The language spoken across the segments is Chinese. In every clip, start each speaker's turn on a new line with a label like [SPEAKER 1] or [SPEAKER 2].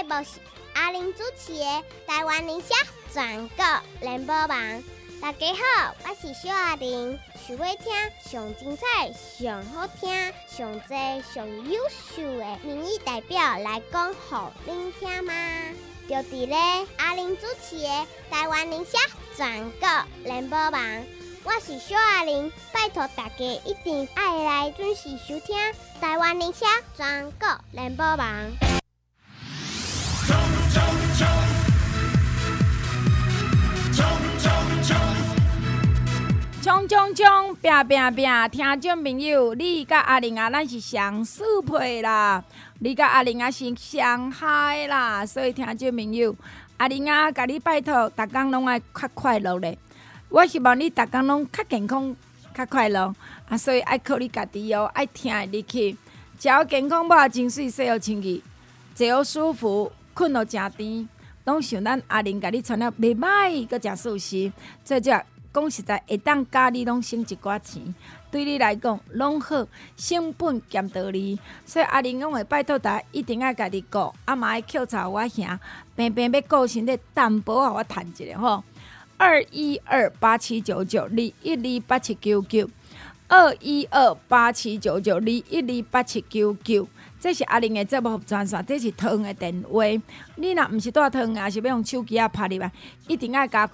[SPEAKER 1] 目是阿玲主持的台湾人社全国联播网。大家好，我是小阿玲，想要听上精彩、上好听、上多、上优秀的民意代表来讲给您听吗？就伫咧阿玲主持的台湾人社全国联播网。我是小阿玲，拜托大家一定要来准时收听台湾人社全国联播网。
[SPEAKER 2] 冲冲冲，拼拼拼！听众朋友，你甲阿玲啊，咱是上适配啦。你甲阿玲啊是上嗨啦，所以听众朋友，阿玲啊，甲你拜托，逐工拢爱较快乐咧。我希望你逐工拢较健康、较快乐啊，所以爱靠你家己哦，爱听的入去，食好健康饱，真水洗好清气，坐好舒服，困好正甜，拢想咱阿玲甲你传了袂歹，搁诚舒适，做这。讲实在，会当教你拢省一寡钱，对你来讲拢好，成本兼道理。所以阿玲讲会拜托大家一定要家己顾，啊嘛要扣查我兄，平平要顾身体，担保互我趁一下吼。21287992128799212879921287999，这是阿玲的节目专线，这是汤的电话。你若毋是带汤的，还是要用手机啊拍入来，一定要加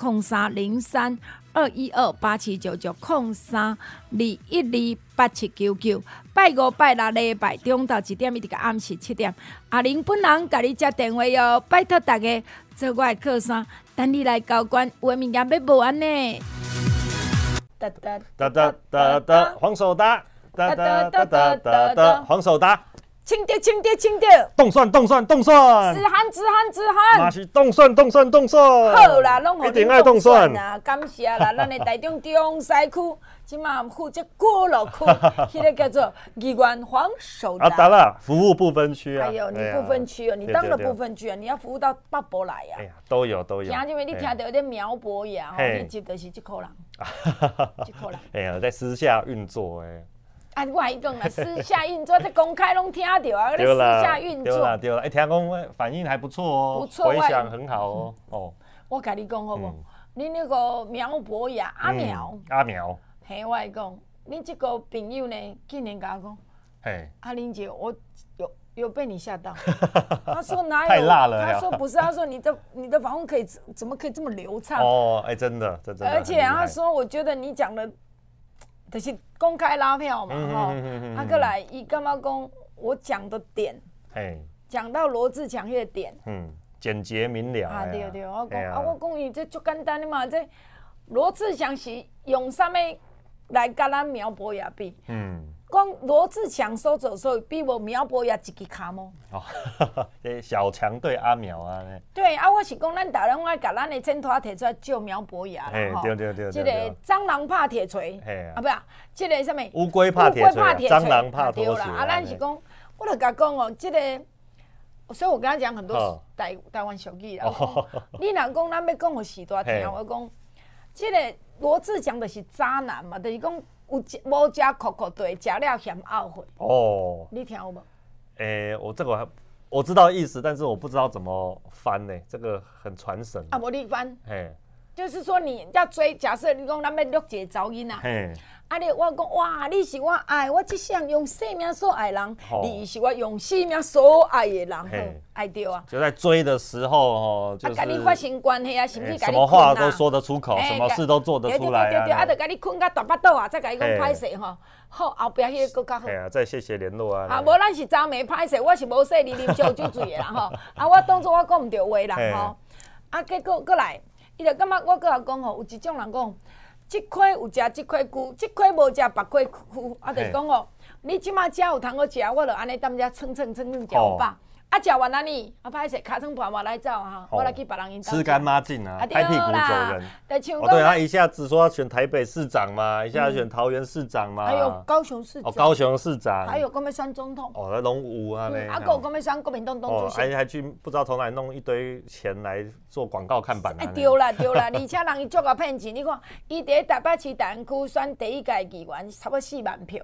[SPEAKER 2] 03021287990321287999。拜五拜六礼拜中昼1点一直到暗时7点，阿玲本人甲你接电话哟，拜托大家做我的靠山，等你来交关，有的物件要无完呢。
[SPEAKER 3] 哒哒哒哒哒哒，黄手搭，哒哒哒哒哒哒，黄手搭。
[SPEAKER 2] 清掉，清掉，清掉！
[SPEAKER 3] 动算，动算，动算！
[SPEAKER 2] 止汗，止汗，止汗！
[SPEAKER 3] 嘛是动算，动算，动算！
[SPEAKER 2] 好啦，拢互
[SPEAKER 3] 一定爱动算
[SPEAKER 2] 啊！感谢啦，咱的台中中西区，即马负责过路区，迄个叫做宜园黄手搭。
[SPEAKER 3] 啊，当然，服务不分区啊。
[SPEAKER 2] 哎呦，你不分区哦，你当了不分区啊，你要服务到北部来呀。
[SPEAKER 3] 哎呀，都有都有。
[SPEAKER 2] 因为你听到有点苗博雅吼，你接的是这口人，这口人。
[SPEAKER 3] 哎呀，在私下运作哎。
[SPEAKER 2] 啊，我还讲啦，私下运作，这公开拢听到啊，你私下运作。
[SPEAKER 3] 对啦，对啦，哎，听讲反应还不错哦，
[SPEAKER 2] 不错，
[SPEAKER 3] 回响很好哦。哦，
[SPEAKER 2] 我甲你讲好无？你那个苗博雅阿苗，
[SPEAKER 3] 阿苗，
[SPEAKER 2] 嘿，我来讲，你这个朋友呢，今年甲我讲，
[SPEAKER 3] 嘿，
[SPEAKER 2] 阿玲姐，我有被你吓到。他说哪有？
[SPEAKER 3] 太辣了。
[SPEAKER 2] 他说不是，他说你的访问怎么可以这么流畅？
[SPEAKER 3] 哦，哎，真的，这真的。
[SPEAKER 2] 而且他说，我觉得你讲的。就是公开拉票嘛，哈，过来，伊感觉讲我讲的点，讲到罗志强迄个点，
[SPEAKER 3] 简洁明了
[SPEAKER 2] 啊，对对，我讲啊，我讲伊这足简单的嘛，这罗志强是用啥物来甲咱苗博雅比？讲罗志强所做所比无苗博雅一支骹毛。
[SPEAKER 3] 哦，这小强对阿苗啊。
[SPEAKER 2] 对啊，我是讲咱大人爱甲咱的cent拖摕出来救苗博雅啦，吼。
[SPEAKER 3] 对。
[SPEAKER 2] 这个蟑螂拍铁锤，啊不啊，这个什么？
[SPEAKER 3] 乌龟拍铁锤，蟑螂拍拖鞋。
[SPEAKER 2] 啊，咱是讲，我就甲讲哦，这个，所以我跟他讲很多台湾俗语啦。你若讲咱要讲互时代听，我讲，这个罗志强就是渣男嘛，就是讲。有无食酷酷对，食了嫌懊悔。哦，你听有无？
[SPEAKER 3] 我这个我知道意思，但是我不知道怎么翻呢，这个很传神。
[SPEAKER 2] 啊，无你翻。就是说你要追，假设你讲咱要录一个噪音啊。啊！我讲哇，你是我爱，我一生用生命所爱人，你是我用生命所爱的人，爱对啊。
[SPEAKER 3] 就在追的时候哦，就是
[SPEAKER 2] 跟你发生关系啊，是不是？
[SPEAKER 3] 什么话都说得出口，什么事都做得出来啊。
[SPEAKER 2] 对，啊，就跟你困到大巴肚啊，再跟你讲歹势吼，好后壁迄个更较好。
[SPEAKER 3] 哎呀，再谢谢联络啊。
[SPEAKER 2] 啊，无咱是早暝歹势，我是无说你啉烧酒醉的啦吼。啊，我当作我讲唔对话啦吼。啊，结果过来，伊就感觉我搁讲吼，有一种人讲。这块有食这块菇，这块无食别块菇，啊，就是讲哦，你即马食有通好食，我就安尼踮遮蹭蹭食有饱。啊，食完安尼，啊，歹势尻川盘我来走哈，我来去别人因家。
[SPEAKER 3] 吃干抹净啊，拍屁股走人。
[SPEAKER 2] 对
[SPEAKER 3] 他一下子说要选台北市长嘛，一下选桃园市长嘛，
[SPEAKER 2] 还有高雄市长。
[SPEAKER 3] 高雄市长。
[SPEAKER 2] 还有讲要选总统。
[SPEAKER 3] 那拢有啊咧。
[SPEAKER 2] 啊，讲要选国民党党主席。
[SPEAKER 3] 还去不知道从哪里弄一堆钱来做广告看板啊。
[SPEAKER 2] 对啦，而且人伊足够骗钱，你看，伊伫台北市大安区选第一届议员，差不多4万票。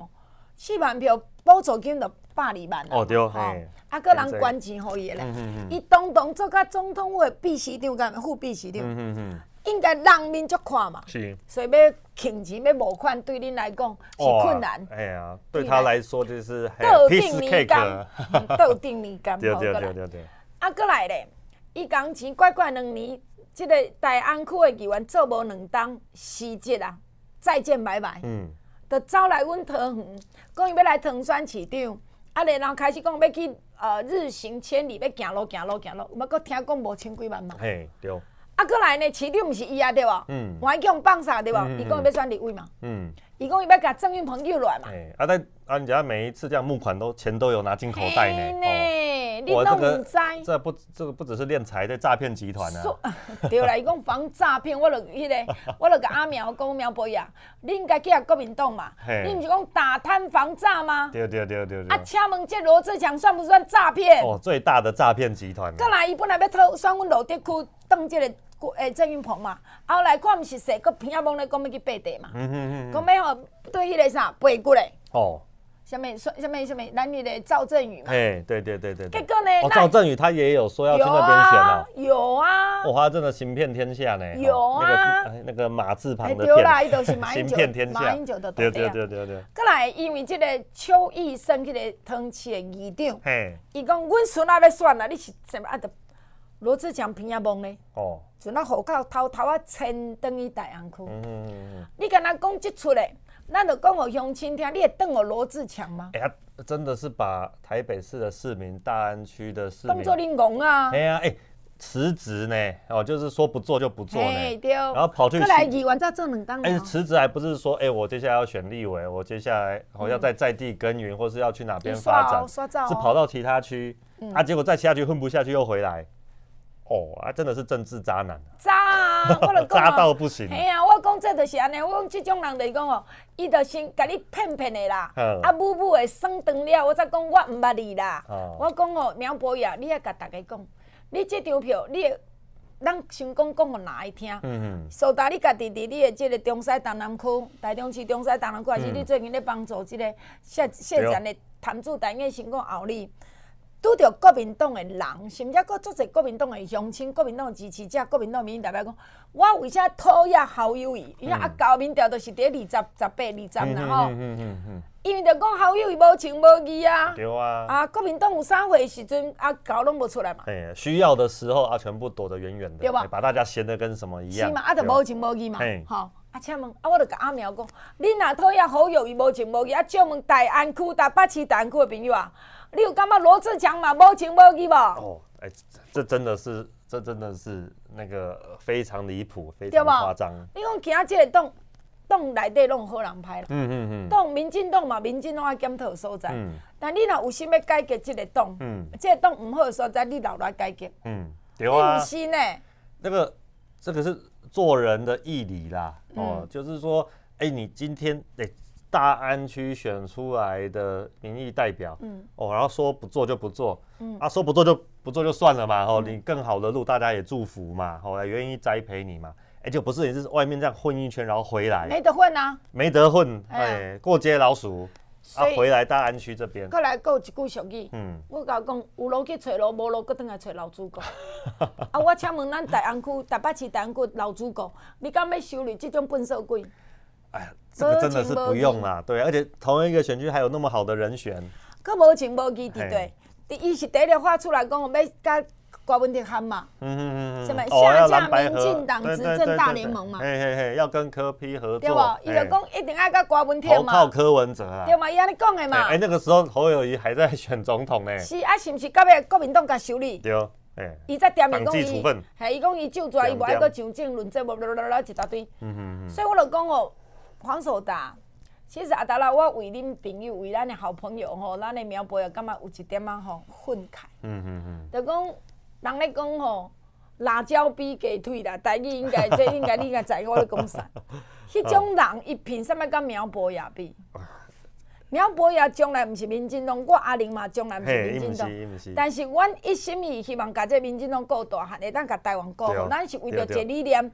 [SPEAKER 2] 4万票补助金就120万啦。
[SPEAKER 3] 哦对，嘿，
[SPEAKER 2] 个人捐钱互伊咧。伊当做甲总统府秘书长甲副秘书长，应该人民足看嘛。
[SPEAKER 3] 是。
[SPEAKER 2] 所以要请钱要募款，对恁来讲是困难。
[SPEAKER 3] 哎呀，对他来说就是
[SPEAKER 2] 倒
[SPEAKER 3] piece
[SPEAKER 2] 定
[SPEAKER 3] cake，
[SPEAKER 2] 倒定米干。
[SPEAKER 3] 对。
[SPEAKER 2] 过来咧，伊工钱乖2年，即个大安区的议员做无2档辞职啊，再见拜拜。就走来阮桃园，讲伊要来当选市长，然后开始讲要去日行千里，要行路，有要搁听讲无千几万嘛。
[SPEAKER 3] 嘿，对。
[SPEAKER 2] 过来呢，市长毋是伊啊，对无？黄强放啥对无？伊讲伊要选立委嘛。伊讲伊要甲郑运鹏诱来嘛。
[SPEAKER 3] 但人家每一次这样募款钱都有拿进口袋呢。
[SPEAKER 2] 你都唔知。
[SPEAKER 3] 这个不只是敛财，这诈骗集团啊。
[SPEAKER 2] 对啦，伊讲防诈骗，我就甲阿苗讲苗伯呀，你应该去国民党嘛，你唔是讲打贪防诈吗？
[SPEAKER 3] 对。
[SPEAKER 2] 请问这罗志强算不算诈骗？
[SPEAKER 3] 最大的诈骗集团。
[SPEAKER 2] 过来，伊本来要选阮罗德区当这个。郑运鹏嘛，后来看毋是说，佮偏帮咧讲要去背地嘛，讲要吼对迄个啥背骨咧。什么，咱迄个赵振宇嘛。
[SPEAKER 3] 对。
[SPEAKER 2] 结果呢？
[SPEAKER 3] 赵振宇他也有说要去那边选哦。
[SPEAKER 2] 有啊。
[SPEAKER 3] 他真的行骗天下呢。
[SPEAKER 2] 有啊。
[SPEAKER 3] 那个马字旁的
[SPEAKER 2] 对啦，伊就是
[SPEAKER 3] 行骗天下。
[SPEAKER 2] 马英九的对。
[SPEAKER 3] 过
[SPEAKER 2] 来，因为这个邱义生迄个汤市的议长，伊讲阮孙仔要选啦，你是什么得？罗志强偏帮咧，就那户口偷啊迁转去大安区。你敢若讲即出咧，咱就讲互乡亲听，你会转互罗志强吗？
[SPEAKER 3] 真的是把台北市的市民、大安区的市民
[SPEAKER 2] 当作恁戆啊！
[SPEAKER 3] 辞职呢，就是说不做就不做呢。
[SPEAKER 2] 对。
[SPEAKER 3] 然后跑去。
[SPEAKER 2] 过来议员再做2档。
[SPEAKER 3] 辞职还不是说，我接下来要选立委，我接下来要在地耕耘，或是要去哪边发展，是跑到其他区，结果在其他区混不下去又回来。真的是政治渣男。
[SPEAKER 2] 渣啊！我就讲
[SPEAKER 3] 渣到不行。
[SPEAKER 2] 我讲这就是安尼，我讲这种人就是讲伊就先甲你骗的啦。母会算长了，我才讲我唔捌你啦。我讲苗博雅，你要甲大家讲，你这张票，咱先讲互哪会听？苏达，你家己伫你的这个中西东南区、台中市中西东南区，还是你最近咧帮助这个谢展的谈主单元先讲后里。拄着国民党的人，甚至佫足侪国民党的乡亲、国民党的支持者、国民党民意代表讲，我为啥讨厌好友谊？因为高民调就是伫20、18、20啦吼。因为着讲好友谊无情无义啊。
[SPEAKER 3] 对啊。
[SPEAKER 2] 国民党有啥货时阵高拢无出来嘛。
[SPEAKER 3] 需要的时候全部躲得远远的，
[SPEAKER 2] 对吧？
[SPEAKER 3] 把大家闲得跟什么一样。
[SPEAKER 2] 是嘛？就无情无义嘛。吼。请问我就甲阿苗讲，恁若讨厌好友谊无情无义，请问大安区、台北市大安区的朋友啊，你有感觉罗志强嘛无情无义无？
[SPEAKER 3] 这真的是那个非常离谱，非常夸张。
[SPEAKER 2] 你讲今仔这个党内底拢有好人歹啦，党民进党嘛，民进党爱检讨所在。但你若有心要改革这个党，这个党唔好的所在，你留来改革。
[SPEAKER 3] 对啊。
[SPEAKER 2] 你唔是呢？
[SPEAKER 3] 这个是做人的义理啦。就是说，你今天大安区选出来的民意代表，然后说不做就不做，说不做就不做就算了嘛，你更好的路大家也祝福嘛，也愿意栽培你嘛，就不是你是外面这样混一圈然后回来，
[SPEAKER 2] 没得混啊，
[SPEAKER 3] 没得混，过街老鼠，回来大安区这边，
[SPEAKER 2] 过来还有一句俗语，我甲讲，有路去找路，无路搁转来找老主顾。我请问咱大安区、台北市大安区老主顾，你敢要修理这种笨手鬼？
[SPEAKER 3] 这个真的是不用啦，对，而且同一个选区还有那么好的人选，
[SPEAKER 2] 佮无情无义，对不对？伊是第一个发出来讲，要甲郭文哲喊嘛，什么下架民进党执政大联盟嘛，
[SPEAKER 3] 要跟柯 P 合作，
[SPEAKER 2] 对不？伊就讲一定要甲郭文哲嘛，
[SPEAKER 3] 靠柯文哲啊，
[SPEAKER 2] 对嘛？伊安尼讲的嘛。
[SPEAKER 3] 那个时候侯友宜还在选总统呢，
[SPEAKER 2] 是是不是？到尾国民党甲修理？
[SPEAKER 3] 对。
[SPEAKER 2] 伊才点名讲伊，伊讲伊就抓伊无爱搁上政论节目，一大堆。所以我就讲黄守达，其实阿达拉，我为恁朋友，为咱的好朋友吼，咱的苗博也感觉有一点愤慨。就讲人咧讲辣椒比鸡腿啦，台语应该你应该知，我咧讲啥？迄种人伊凭啥物甲苗博也比？苗博雅将来毋是民进党，我阿玲嘛将来毋是民进党，但是阮一心意希望甲这民进党顾大汉，会当甲台湾顾好，咱是为着一个理念，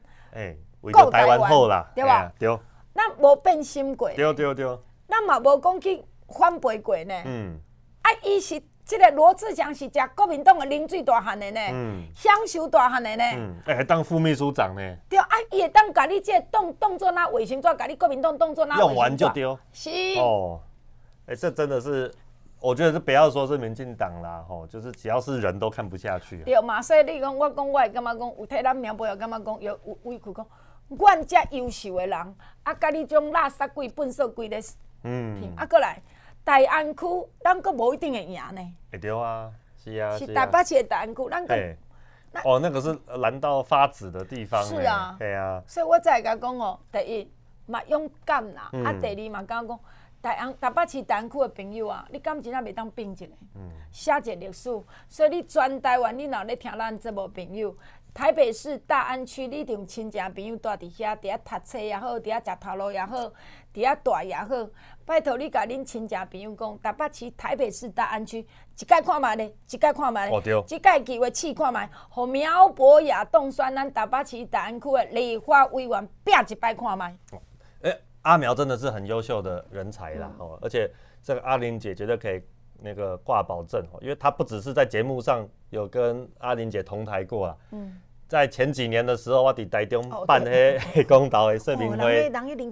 [SPEAKER 3] 顾台湾好啦，
[SPEAKER 2] 对吧？
[SPEAKER 3] 对，
[SPEAKER 2] 咱无变心过，
[SPEAKER 3] 对，
[SPEAKER 2] 咱嘛无讲去反背过呢。伊是这个罗志祥是食国民党的零水大汉的呢，享受大汉的呢。
[SPEAKER 3] 还当副秘书长呢。
[SPEAKER 2] 对，伊会当甲你这当做那卫生纸，甲你国民党当做那
[SPEAKER 3] 用完就丢。
[SPEAKER 2] 是。
[SPEAKER 3] 哦，这真的是。我觉得是不要说是民进党啦，就是只要是人都看不下去。
[SPEAKER 2] 对嘛，所以你讲，我会感觉讲，有替咱苗博，感觉讲有委屈讲，阮遮优秀的人，甲你种垃圾鬼、粪扫鬼咧，过来大安区，咱阁无一定会赢呢。
[SPEAKER 3] 会对啊，是啊，
[SPEAKER 2] 是台北市的大安区，咱阁。
[SPEAKER 3] 那个是蓝到发紫的地方。
[SPEAKER 2] 是啊，
[SPEAKER 3] 对啊。
[SPEAKER 2] 所以我才会甲讲第一嘛勇敢啦，第二嘛感觉讲。台北市大安区的朋友啊，你敢真正袂当并一个，写一个历史。所以你全台湾，你若咧听咱节目朋友，台北市大安区，你一定有亲戚朋友住伫遐，伫遐读册也好，伫遐食头路也好，伫遐住也好，拜托你甲恁亲戚朋友讲，台北市台北市大安区，一届看卖咧，一届看卖咧，即届机会试看卖，互苗博雅当选咱台北市大安区的立法委员，拼一摆看卖。
[SPEAKER 3] 阿苗真的是很优秀的人才啦，而且这个阿玲姐绝对可以那个挂保证，因为她不只是在节目上有跟阿玲姐同台过啦，在前几年的时候，我伫台中办迄公道的说明会，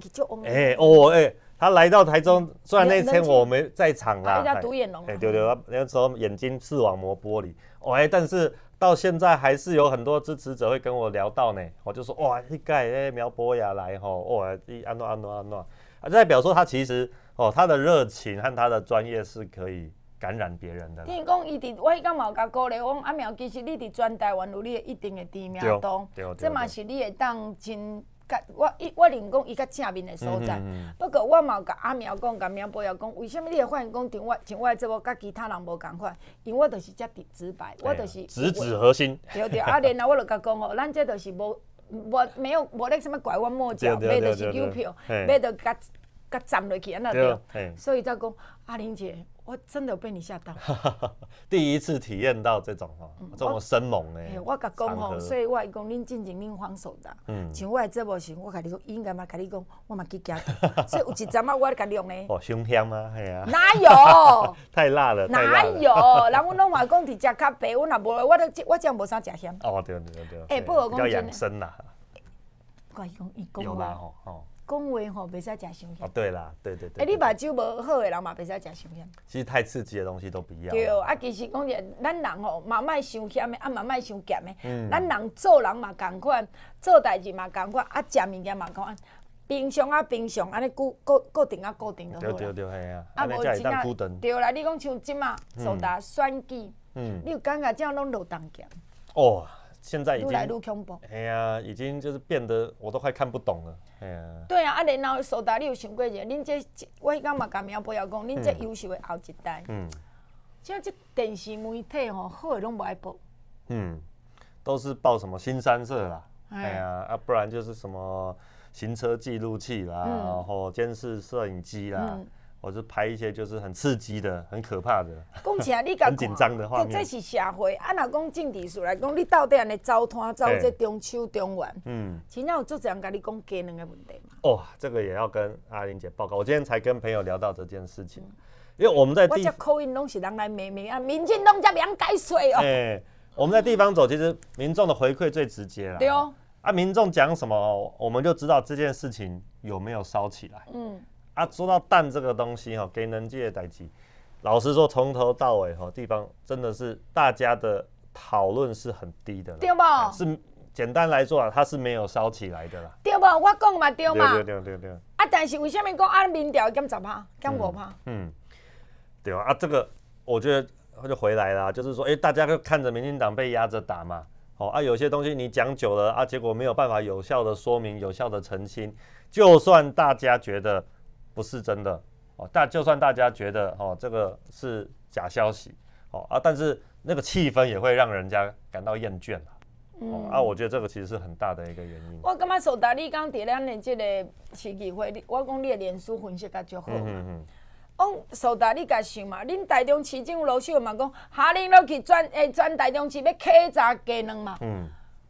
[SPEAKER 3] 她来到台中，虽然那天我没在场啦，对，那时候眼睛视网膜剥离，但是。到现在还是有很多支持者会跟我聊到呢，我就说哇，那个苗博雅来安诺，代表说他其实他的热情和他的专业是可以感染别人的。
[SPEAKER 2] 听讲我迄天嘛有甲鼓励，我讲阿苗其实你伫全台湾有你一定的知名度，这嘛是你会当真。我认讲伊较正面的所在，不过我嘛有甲阿苗讲，甲苗博雅讲，为什么你会发现讲像我的节目甲其他人无共款？因为我就是遮直白，我就是
[SPEAKER 3] 直指核心。
[SPEAKER 2] 对，然后我就甲讲咱这就是无咧什么拐弯抹角，买就是邮票，买就甲站落去安那对。所以才讲阿玲姐。我真的有被你吓到，
[SPEAKER 3] 第一次体验到这种生猛的。
[SPEAKER 2] 我甲讲所以我会讲恁进前恁防守的。像我的节目时，我甲你讲，应该嘛甲你讲，我嘛去行过。所以有一阵我甲用呢。
[SPEAKER 3] 凶险吗？系啊。
[SPEAKER 2] 哪有？
[SPEAKER 3] 太辣了。
[SPEAKER 2] 哪有？人阮拢话讲伫食较白，阮也无，我这样无啥食咸。
[SPEAKER 3] 对。
[SPEAKER 2] 不过
[SPEAKER 3] 讲比较养生啦。
[SPEAKER 2] 我讲伊讲
[SPEAKER 3] 有啦
[SPEAKER 2] 讲话袂使食伤咸。
[SPEAKER 3] 对啦，对。
[SPEAKER 2] 你目睭无好的人嘛，袂使食伤咸。
[SPEAKER 3] 其实太刺激的东西都不要。
[SPEAKER 2] 对，其实讲者，咱人嘛莫伤咸的，嘛莫伤咸的。咱人做人嘛共款，做代志嘛共款，食物件嘛共款。平常安尼固定就好
[SPEAKER 3] 了。对，系啊。无真正
[SPEAKER 2] 对啦，你讲像即马苏达选举，你有感觉这样拢落重咸？
[SPEAKER 3] 现在已经
[SPEAKER 2] 愈来愈恐怖。
[SPEAKER 3] 已经就是变得我都快看不懂了。
[SPEAKER 2] 对啊，然后苏达，你有想过者？恁这我迄天嘛甲苗博雅讲，恁这优秀的后一代，像这电视媒体好的拢无爱报。
[SPEAKER 3] 都是报什么新三社啦，不然就是什么行车记录器啦，然后监视摄影机啦。或是拍一些就是很刺激的、很可怕的、很紧张的画面。
[SPEAKER 2] 这是社会。若讲政治术来讲，你到底安尼走摊走这中秋中原，真正有足侪人甲你讲鸡卵的问题嘛？
[SPEAKER 3] 这个也要跟阿玲姐报告。我今天才跟朋友聊到这件事情，因为我们在
[SPEAKER 2] 我这口音拢是人来骂啊，民进党才袂改水哦。
[SPEAKER 3] 我们在地方走，其实民众的回馈最直接啦。
[SPEAKER 2] 对哦。
[SPEAKER 3] 民众讲什么，我们就知道这件事情有没有烧起来。说到蛋这个东西给人界的代志，老实说，从头到尾地方真的是大家的讨论是很低的，
[SPEAKER 2] 对吧？
[SPEAKER 3] 是简单来说它是没有烧起来的啦，
[SPEAKER 2] 对吧？我讲嘛对嘛，
[SPEAKER 3] 对。
[SPEAKER 2] 但是为什么讲民调减10%、减5%？
[SPEAKER 3] 对啊，这个我觉得就回来啦，就是说，大家就看着民进党被压着打嘛，有些东西你讲久了结果没有办法有效的说明、有效的澄清，就算大家觉得不是真的就算大家觉得这个是假消息但是那个气氛也会让人家感到厌倦我觉得这个其实是很大的一个原因。
[SPEAKER 2] 我感觉苏达你讲伫咱的这个市议会，我讲你的脸书分析甲足好嘛。苏达你家想嘛，恁台中市政府老秀嘛讲，下令落去全台中市要客炸鸡卵嘛。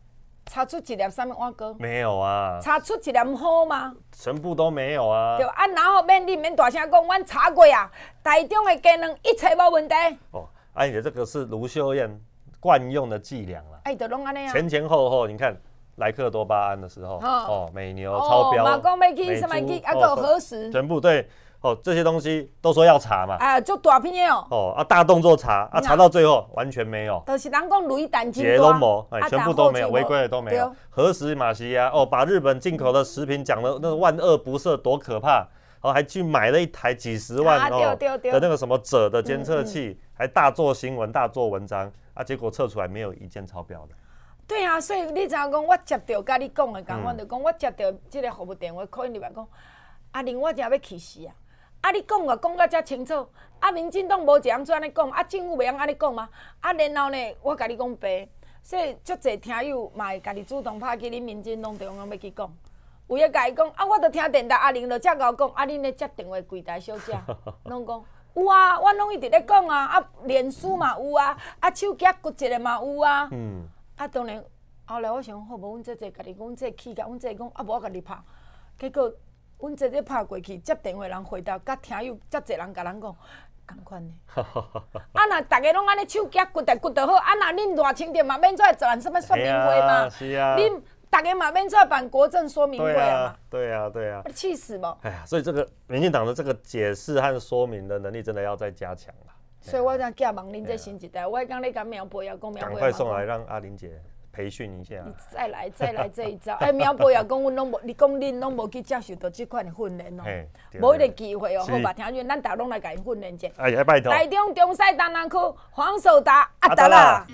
[SPEAKER 2] 查出一粒什么碗糕？
[SPEAKER 3] 没有啊，
[SPEAKER 2] 查出一粒好吗？
[SPEAKER 3] 全部都没有啊。
[SPEAKER 2] 对啊，然后你免大声讲，阮查过啊，台中的鸡卵一切无问题。
[SPEAKER 3] 哦，你的这个是卢秀燕惯用的伎俩啦。
[SPEAKER 2] 就拢安尼啊。
[SPEAKER 3] 前后，你看莱克多巴胺的时候，美牛超标，
[SPEAKER 2] 嘛讲要去什么去，个核实，
[SPEAKER 3] 全部对。这些东西都说要查嘛，
[SPEAKER 2] 做大片的
[SPEAKER 3] 大动作查，查到最后完全没有，
[SPEAKER 2] 就是人讲雷弹真
[SPEAKER 3] 大，都没，全部都没有，违规的都没有，核实马西亚，把日本进口的食品讲的那万恶不赦，多可怕，还去买了一台几十万的那个什么锗的监测器，还大做新闻、大做文章，结果测出来没有一件超标的。
[SPEAKER 2] 对啊，所以你知影讲，我接到甲你讲的讲法，就讲我接到这个服务电话，可以入来讲，阿玲我真要气死啊！你讲啊，讲到遮清楚，民进党无一样安尼讲，政府袂样安尼讲嘛？然后呢，我甲你讲白，所以足侪听友嘛会家己主动拍去恁民进党中央要去讲，有咧甲伊讲，我著听电台阿玲著遮甲我讲，恁咧接电话柜台小姐，拢讲有啊，阮拢一直咧讲啊，脸书嘛有啊，手机骨一个嘛有啊。当然后来我想，好无阮姐家己讲，阮姐气甲阮姐讲，无我家己拍，结果。阮姐姐拍过去接电话，人回答，甲听友遮侪人甲咱讲，同款的。若大家拢安尼手举骨就好，若恁热情点嘛，免出来办什么说明会嘛？
[SPEAKER 3] 是啊。
[SPEAKER 2] 恁大家嘛免出来办国政说明会啊嘛？
[SPEAKER 3] 对啊。
[SPEAKER 2] 气死无！
[SPEAKER 3] 哎呀，所以这个民进党的这个解释和说明的能力，真的要再加强了。
[SPEAKER 2] 所以我才寄望恁这新一代，我讲你讲苗博也讲苗博，
[SPEAKER 3] 赶快送来让阿玲姐培训一下。
[SPEAKER 2] 你再来这一招。苗博也讲，阮拢无，你讲恁拢无去接受到这款的训练哦，无迄个机会哦，好吧？听见咱大拢来甲因训练者。
[SPEAKER 3] 哎呀，拜托。
[SPEAKER 2] 台中中西东南区黄守达阿达啦。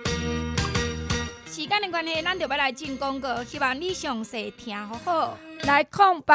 [SPEAKER 4] 时间的关系，咱就要来进广告，希望你详细听好好。
[SPEAKER 2] 来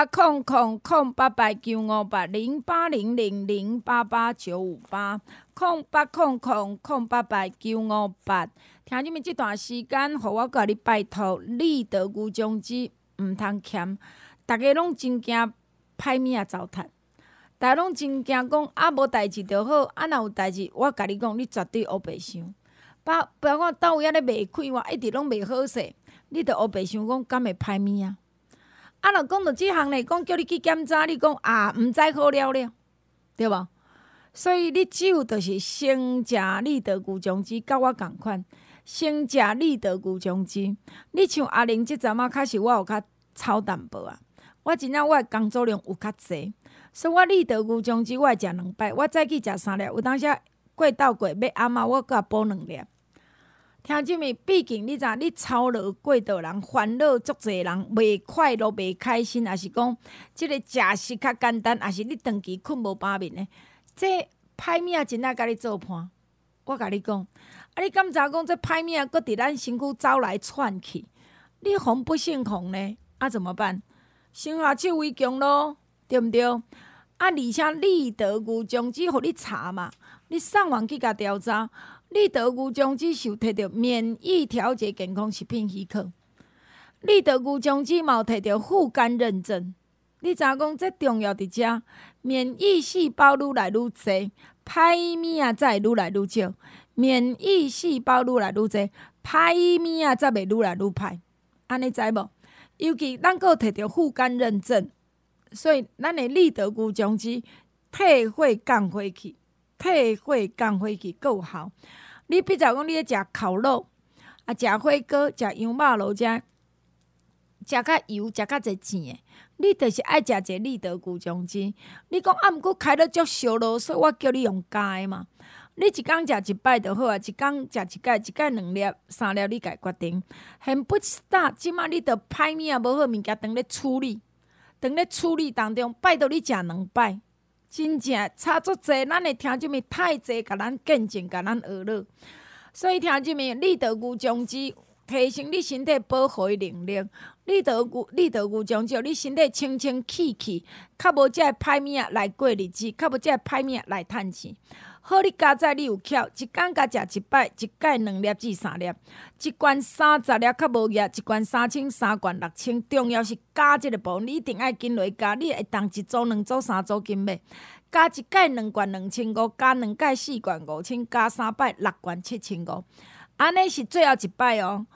[SPEAKER 2] 0800-088-958-0800-088-958，听你们这段时间，互我甲你拜托，立德牛种子毋通欠，大家拢真惊歹物糟蹋，大家拢真惊讲无代志就好，若有代志，我甲你讲，你绝对黑白想。包括倒位咧卖开话，一直拢袂好势，你着黑白想讲，敢会歹物啊？若讲到即项咧，讲叫你去检查，你讲毋知好了了，对无？所以你只有就是先食立德牛种子，甲我共款，先食立德牛种子。你像阿玲即阵仔，确实我有较操淡薄啊。我真正我的工作量有较济，所以我立德牛种子我会食2摆，我早起食3粒，有当时过倒过要暗啊，我搁补2粒。听即面，毕竟你知影，你操劳过度人，烦恼足侪人，袂快乐、袂开心，也是讲即个食食较简单，也是你长期困无饱眠的，这歹物真爱甲你做伴。我甲你讲，你敢知讲这歹物搁伫咱身躯走来窜去，你防不胜防呢？怎么办？先下手为强咯，对毋对？而且立德牛种子，互你查嘛，你上网去甲调查。立德牛种子是有摕到免疫调节健康食品许可，立德牛种子嘛有摕到护肝认证。你知影讲这重要伫遮，免疫细胞愈来愈侪，歹物才会愈来愈少；免疫细胞愈来愈侪，歹物才袂愈来愈歹。安尼知无？尤其咱阁有摕到护肝认证，所以咱的立德牛种子退火降火气。退火降火气够有效。你比如讲，你咧食烤肉，食火锅，食羊肉炉食较油，食较侪甜的，你就是爱食一个立德牛种子。你讲毋过开了足烧咯，所以我叫你用加的嘛。你一工食1摆就好啊，一工食1摆2粒、3粒，你家决定。很不大，即马你着歹物无好物件，当咧处理当中，拜托你食2摆。真正差足济，咱的听众们太济，甲咱见证，甲咱学了。所以听众们，立德牛种子提升你身体保护的能力。立德牛种子，你身体清清气气，较无遮歹物来过日子，较无遮歹物来趁钱。好，你加在你有巧，一工甲食1摆，一摆2粒至3粒，一罐30粒较无热，一罐3000，3罐6000。重要是加即个步，你一定爱紧落加，你会当1组、2组、3组紧买。加一摆2罐2500，加2摆4罐5000，加3摆6罐7500。安尼是最后1摆哦。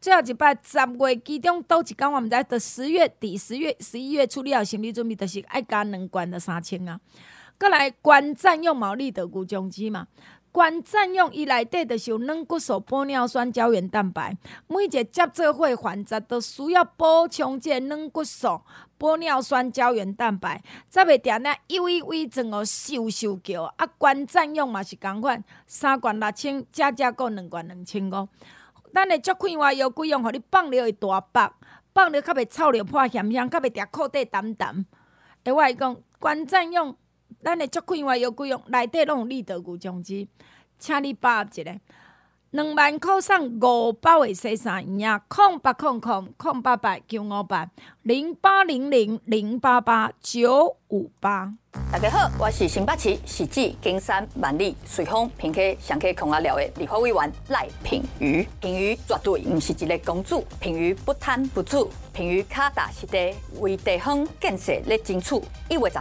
[SPEAKER 2] 最后一摆10月其中倒一天我毋知，到10月底、11月初，你有心理准备，就是爱加2罐的3000啊。过来关占用毛利的谷种子嘛，关占用伊内底就是有软骨素、玻尿酸、胶原蛋白，每一个接做伙患者都需要补充这软骨素、玻尿酸、胶原蛋白，才袂定那微整哦瘦叫。啊，关占用嘛是共款，3罐6000，加够2罐2500。咱的足快活药贵用，互你放了会大腹，放了较袂臭了破咸香，较袂定裤底澹澹。我来讲，关占用，咱的足快活药贵用内底拢有利得谷种子，请你把握一下，2万块送5包的洗衫衣啊！0800-088958，
[SPEAKER 5] 大家好，我是新北市喜记金山万里随风平溪上溪空阿寮的立法委员赖品妤。品妤绝对不是一个公主，品妤不贪不醋，品妤脚踏实地为地方建设咧争取。1月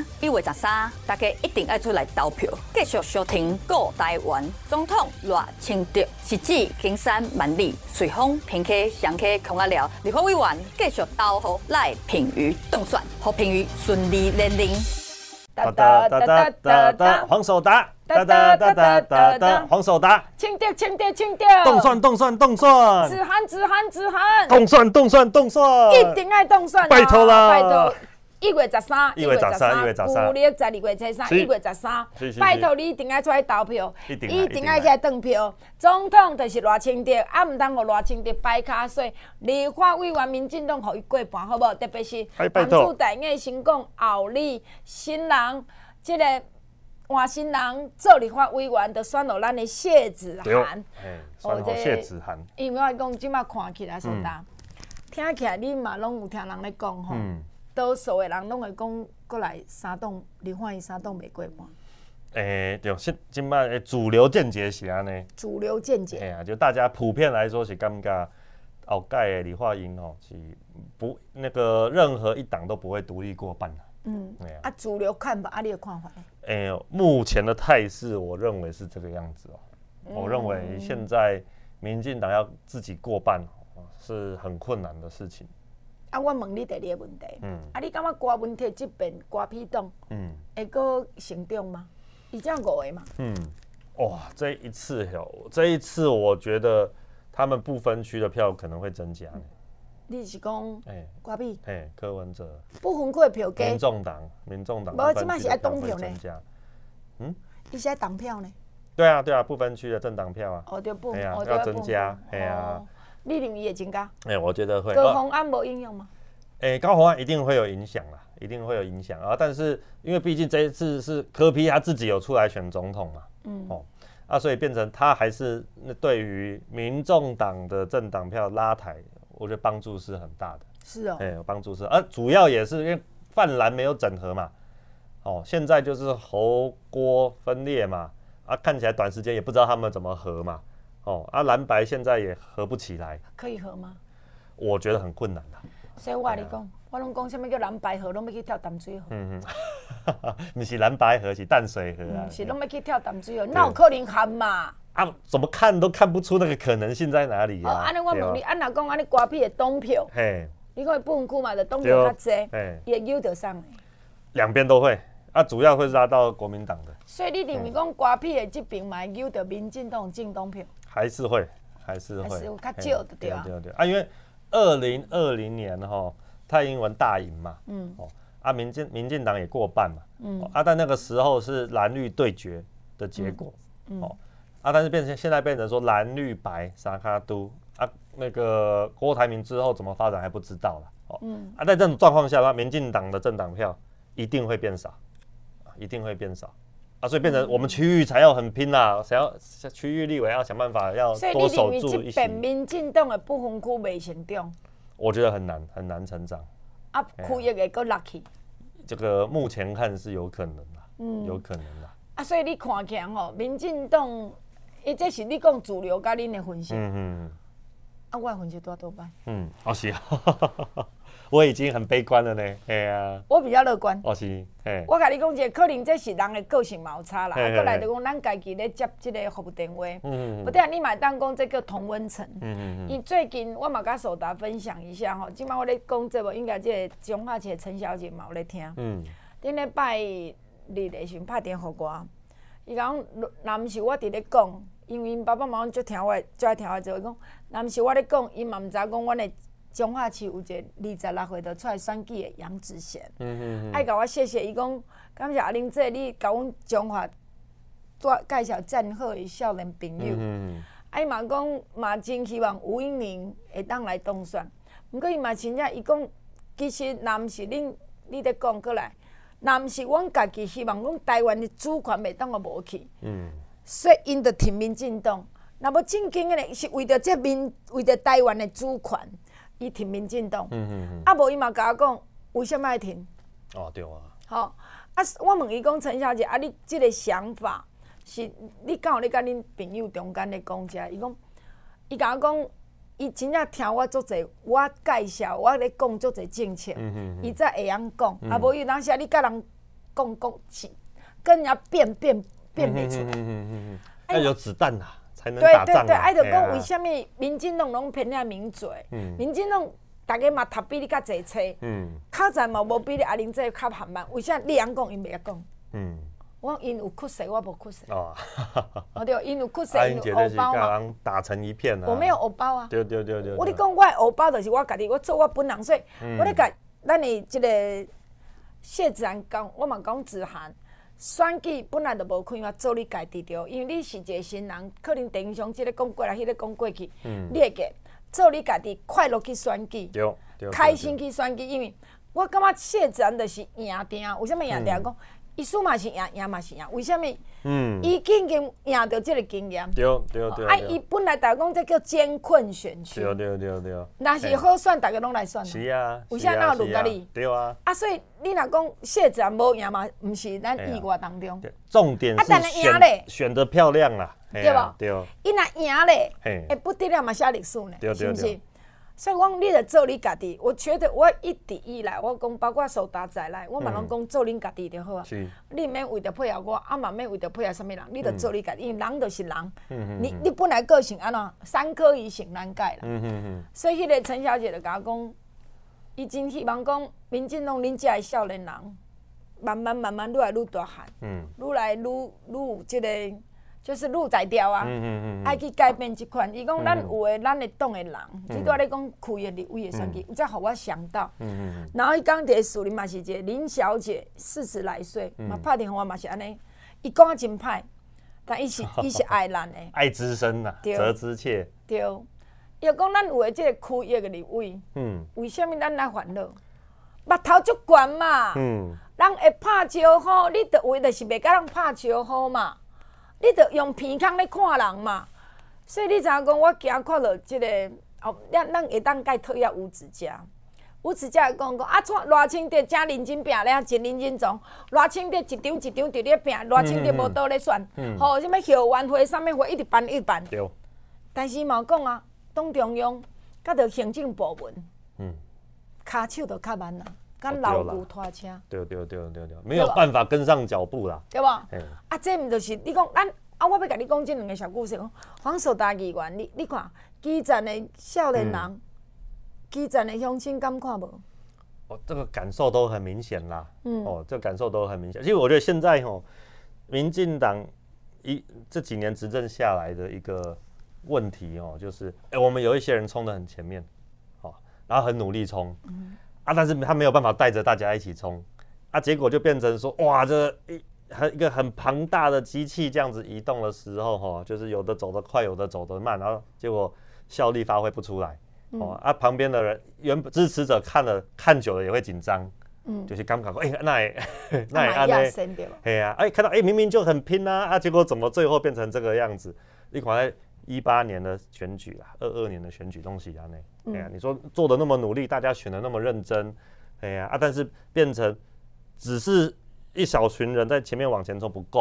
[SPEAKER 5] 13，大家一定要出来投票，继续收听顾台湾总统热清德。喜记金山万里随风平溪上溪空阿寮立法委员继续投予赖品妤当选，让品妤顺利连任。
[SPEAKER 3] 哒哒哒哒哒哒，黄守达，哒哒哒哒哒哒，黄守达，
[SPEAKER 2] 清掉，
[SPEAKER 3] 动算，
[SPEAKER 2] 止汗，
[SPEAKER 3] 动算，
[SPEAKER 2] 一定要动算，
[SPEAKER 3] 拜托啦，
[SPEAKER 2] 拜托。1月13，
[SPEAKER 3] 古历
[SPEAKER 2] 12月13，1月13，拜托你一定要出来投票，一定要起来投票。总统就是赖清德，啊，唔通互赖清德摆卡水。立法委员民进党互伊过半，好无？特别是男主大雅先讲后日新人，即个换新人做立法委员，就选落咱的谢子涵。
[SPEAKER 3] 选好谢子涵。
[SPEAKER 2] 因为我讲即摆看起来，说呾，听起来你嘛拢有听人咧讲吼。多数的人拢会讲，过来3党立法院3党袂过半。
[SPEAKER 3] 对，即摆的主流见解是安尼。
[SPEAKER 2] 主流见解。
[SPEAKER 3] 就大家普遍来说是感觉，后届的立法院吼是不那个任何一党都不会独立过半的。
[SPEAKER 2] 主流看法，你的看法呢？
[SPEAKER 3] 目前的态势，我认为是这个样子我认为现在民进党要自己过半是很困难的事情。
[SPEAKER 2] 我问你第2个问题，你感觉瓜文体这边瓜批党，会阁成长吗？已经5个嘛。
[SPEAKER 3] 哇，这一次我觉得他们不分区的票可能会增加。
[SPEAKER 2] 你是讲瓜批？
[SPEAKER 3] 柯文哲
[SPEAKER 2] 不分区的票加。
[SPEAKER 3] 民众党。
[SPEAKER 2] 无，即摆是爱党票呢。伊是爱党票呢。
[SPEAKER 3] 对啊，不分区的政党票啊。
[SPEAKER 2] 对不？
[SPEAKER 3] 要增加，
[SPEAKER 2] 你认为会增加？
[SPEAKER 3] 我觉得会。
[SPEAKER 2] 高虹安无影响吗？
[SPEAKER 3] 高虹安一定会有影响啦，一定会有影响啊！但是因为毕竟这一次是柯 P 他自己有出来选总统嘛，所以变成他还是对于民众党的政党票拉抬，我觉得帮助是很大的。
[SPEAKER 2] 是哦，
[SPEAKER 3] 帮助是，主要也是因为泛蓝没有整合嘛，现在就是侯郭分裂嘛，看起来短时间也不知道他们怎么合嘛。蓝白现在也合不起来，
[SPEAKER 2] 可以合吗？
[SPEAKER 3] 我觉得很困难啦。
[SPEAKER 2] 所以我跟你讲，我拢讲什么叫蓝白合，拢要去跳淡水河。
[SPEAKER 3] 不是蓝白河，是淡水河啊。
[SPEAKER 2] 是拢要去跳淡水河，哪有可能合嘛？
[SPEAKER 3] 怎么看都看不出那个可能性在哪里啊？
[SPEAKER 2] 安尼我问你，若讲安尼瓜皮的党票，你看不分区嘛，就党票较济，也揪得上。
[SPEAKER 3] 两边都会。主要会拉到国民党的，
[SPEAKER 2] 所以你认为讲瓜皮的这边嘛，揪到民进党进党票，
[SPEAKER 3] 还是会
[SPEAKER 2] 有较少的对啊。
[SPEAKER 3] 因为2020年蔡英文大赢嘛，民进党也过半嘛，但那个时候是蓝绿对决的结果，但是现在变成说蓝绿白沙卡都那个郭台铭之后怎么发展还不知道了，在这种状况下的话，民进党的政党票一定会变少。所以变成我们区域才要很拼啦，想要区域立委要想办法要多守住一些。所以你认为这边
[SPEAKER 2] 民进党的不分区未成长？
[SPEAKER 3] 我觉得很难成长。
[SPEAKER 2] 区域会阁落去？
[SPEAKER 3] 这个目前看是有可能啦，有可能啦。
[SPEAKER 2] 所以你看起来民进党，这是你讲主流甲恁的分析。我的分析多半。
[SPEAKER 3] 是。 我已经很悲观了呢。哎呀，
[SPEAKER 2] 我比较乐观。
[SPEAKER 3] 哦是，嘿，
[SPEAKER 2] 我甲你讲一个，可能这是人的个性嘛有差啦。
[SPEAKER 3] 嘿嘿嘿
[SPEAKER 2] 过来就讲，咱家己咧接这个服务电话，
[SPEAKER 3] 嗯
[SPEAKER 2] 不对啊，你嘛当讲这叫同温层。
[SPEAKER 3] 嗯
[SPEAKER 2] 因最近我嘛甲守达分享一下吼，今摆我咧讲这无，应该这个中华区陈小姐嘛有咧听。顶礼拜日的时阵拍电话互我，伊讲，若毋是我伫咧讲，因为因爸爸妈妈足听我，足爱听我做，伊讲，若毋是我咧讲，伊嘛毋知讲阮的中华区有一个26岁就出来选举的杨子贤。爱甲我谢谢，伊讲感谢阿玲姐，你甲阮中华介绍赞好的少年朋友。伊嘛讲嘛真希望吴英宁会当来当选，毋过伊嘛真正伊讲，其实若毋是你咧讲过来。若毋是阮家己希望，阮台湾的主权袂当个无去，所以因着挺民进党。若无正经个咧，是为着为着台湾的主权，伊挺民进党。啊无伊嘛甲我讲，为什么爱挺？
[SPEAKER 3] 哦对啊。
[SPEAKER 2] 吼，啊我问伊讲，陈小姐，啊你即个想法是你敢有咧甲恁朋友中间咧讲遮？伊甲我讲。伊真正听我足侪，我介绍，我咧讲足侪政策，伊才会晓讲。啊，无伊当时你甲人讲是，跟人家辩袂出来。
[SPEAKER 3] 要有子弹呐，才能打仗。
[SPEAKER 2] 对，爱就讲为什么民进党拢偏向民嘴？民进党大家嘛读比你较侪册，考在嘛无比你阿玲姐较含慢。为啥你晓讲，伊袂晓讲？我讲因有缺失，我无缺失。哦，对，因有缺失，因有欧包嘛。
[SPEAKER 3] 打成一片啊！
[SPEAKER 2] 我没有欧包啊。
[SPEAKER 3] 对。
[SPEAKER 2] 我咧讲，我的欧包就是我家己，我做我本人，所以我咧甲咱的即个谢子涵讲，我嘛讲子涵，选举本来就无开嘛，做你家己着，因为你是一个新人，可能电视上即个讲过来，迄个讲过去，你会记做你家己快乐去选举，开心去选举，因为我感觉谢子涵就是赢定，为什么赢定？讲。伊输嘛是赢嘛是赢，为什么？伊已经赢到这个经验。
[SPEAKER 3] 对。
[SPEAKER 2] 啊，伊本来大家讲这叫艰困选区。
[SPEAKER 3] 对。
[SPEAKER 2] 若是好选，大家拢来选。
[SPEAKER 3] 是啊。
[SPEAKER 2] 为啥哪有轮到你？
[SPEAKER 3] 对啊。
[SPEAKER 2] 啊，所以你若讲谢子涵无赢嘛，毋是咱意外当中。
[SPEAKER 3] 重点是选得漂亮啦，
[SPEAKER 2] 对无？
[SPEAKER 3] 对。
[SPEAKER 2] 伊若赢咧，会不得了嘛写历史呢，是不是？所以讲，你着做你家己。我觉得我一直以来，我讲包括守达在内，我嘛拢讲做恁家己就好啊。你毋免为着配合我，啊嘛免为着配合什么人，你着做你家己，因为人就是人。你本来个性安怎，山可以行难改啦。所以迄个陈小姐就甲我讲，伊真希望讲，民进党恁遮的少年人，慢慢愈来愈大汉，愈来愈有即个。就是愈在调啊，爱去改变即款。伊讲咱有诶，咱会党诶人，你拄仔咧讲开诶立委诶选举，有才互我想到。然后伊讲伫树林嘛是一个林小姐，40来岁，嘛拍电话嘛是安尼。伊讲啊真歹，但伊是爱咱诶。
[SPEAKER 3] 爱之深呐，责之切。
[SPEAKER 2] 对，伊讲咱有诶即个区域诶立委，为什么咱来烦恼？目头足悬嘛，人会拍招呼，你着为着是袂甲人拍招呼嘛。你着用鼻孔咧看人嘛，所以你知影讲，我今看到即个哦，咱会当甲讨厌吴子嘉。吴子嘉讲啊，偌清德真认真拼咧，真认真做。偌清德一张伫咧拼，偌清德无倒咧选，吼什物校园会、啥物会一直办。对。但是嘛讲啊，党中央甲着行政部门，骹手着较慢啦，敢老牛拖车。
[SPEAKER 3] 对，没有办法跟上脚步啦。
[SPEAKER 2] 对无？啊，这毋就是你讲咱啊？我要甲你讲这两个小故事。黄守达议员，你看基层的少年人，基层的乡亲敢看无？
[SPEAKER 3] 哦，这个感受都很明显啦。这个感受都很明显。其实我觉得现在民进党这几年执政下来的一个问题就是我们有一些人冲得很前面，然后很努力冲。但是他没有办法带着大家一起冲，结果就变成说，哇，这一个很庞大的机器这样子移动的时候，就是有的走得快，有的走得慢，然后结果效力发挥不出来，旁边的人支持者看久了也会紧张，就是感觉说，那也安呢，嘿啊，看到明明就很拼啊，结果怎么最后变成这个样子？你看在18年的选举啦，22年的选举东西啊你说做的那么努力，大家选的那么认真，但是变成只是一小群人在前面往前冲不够啦，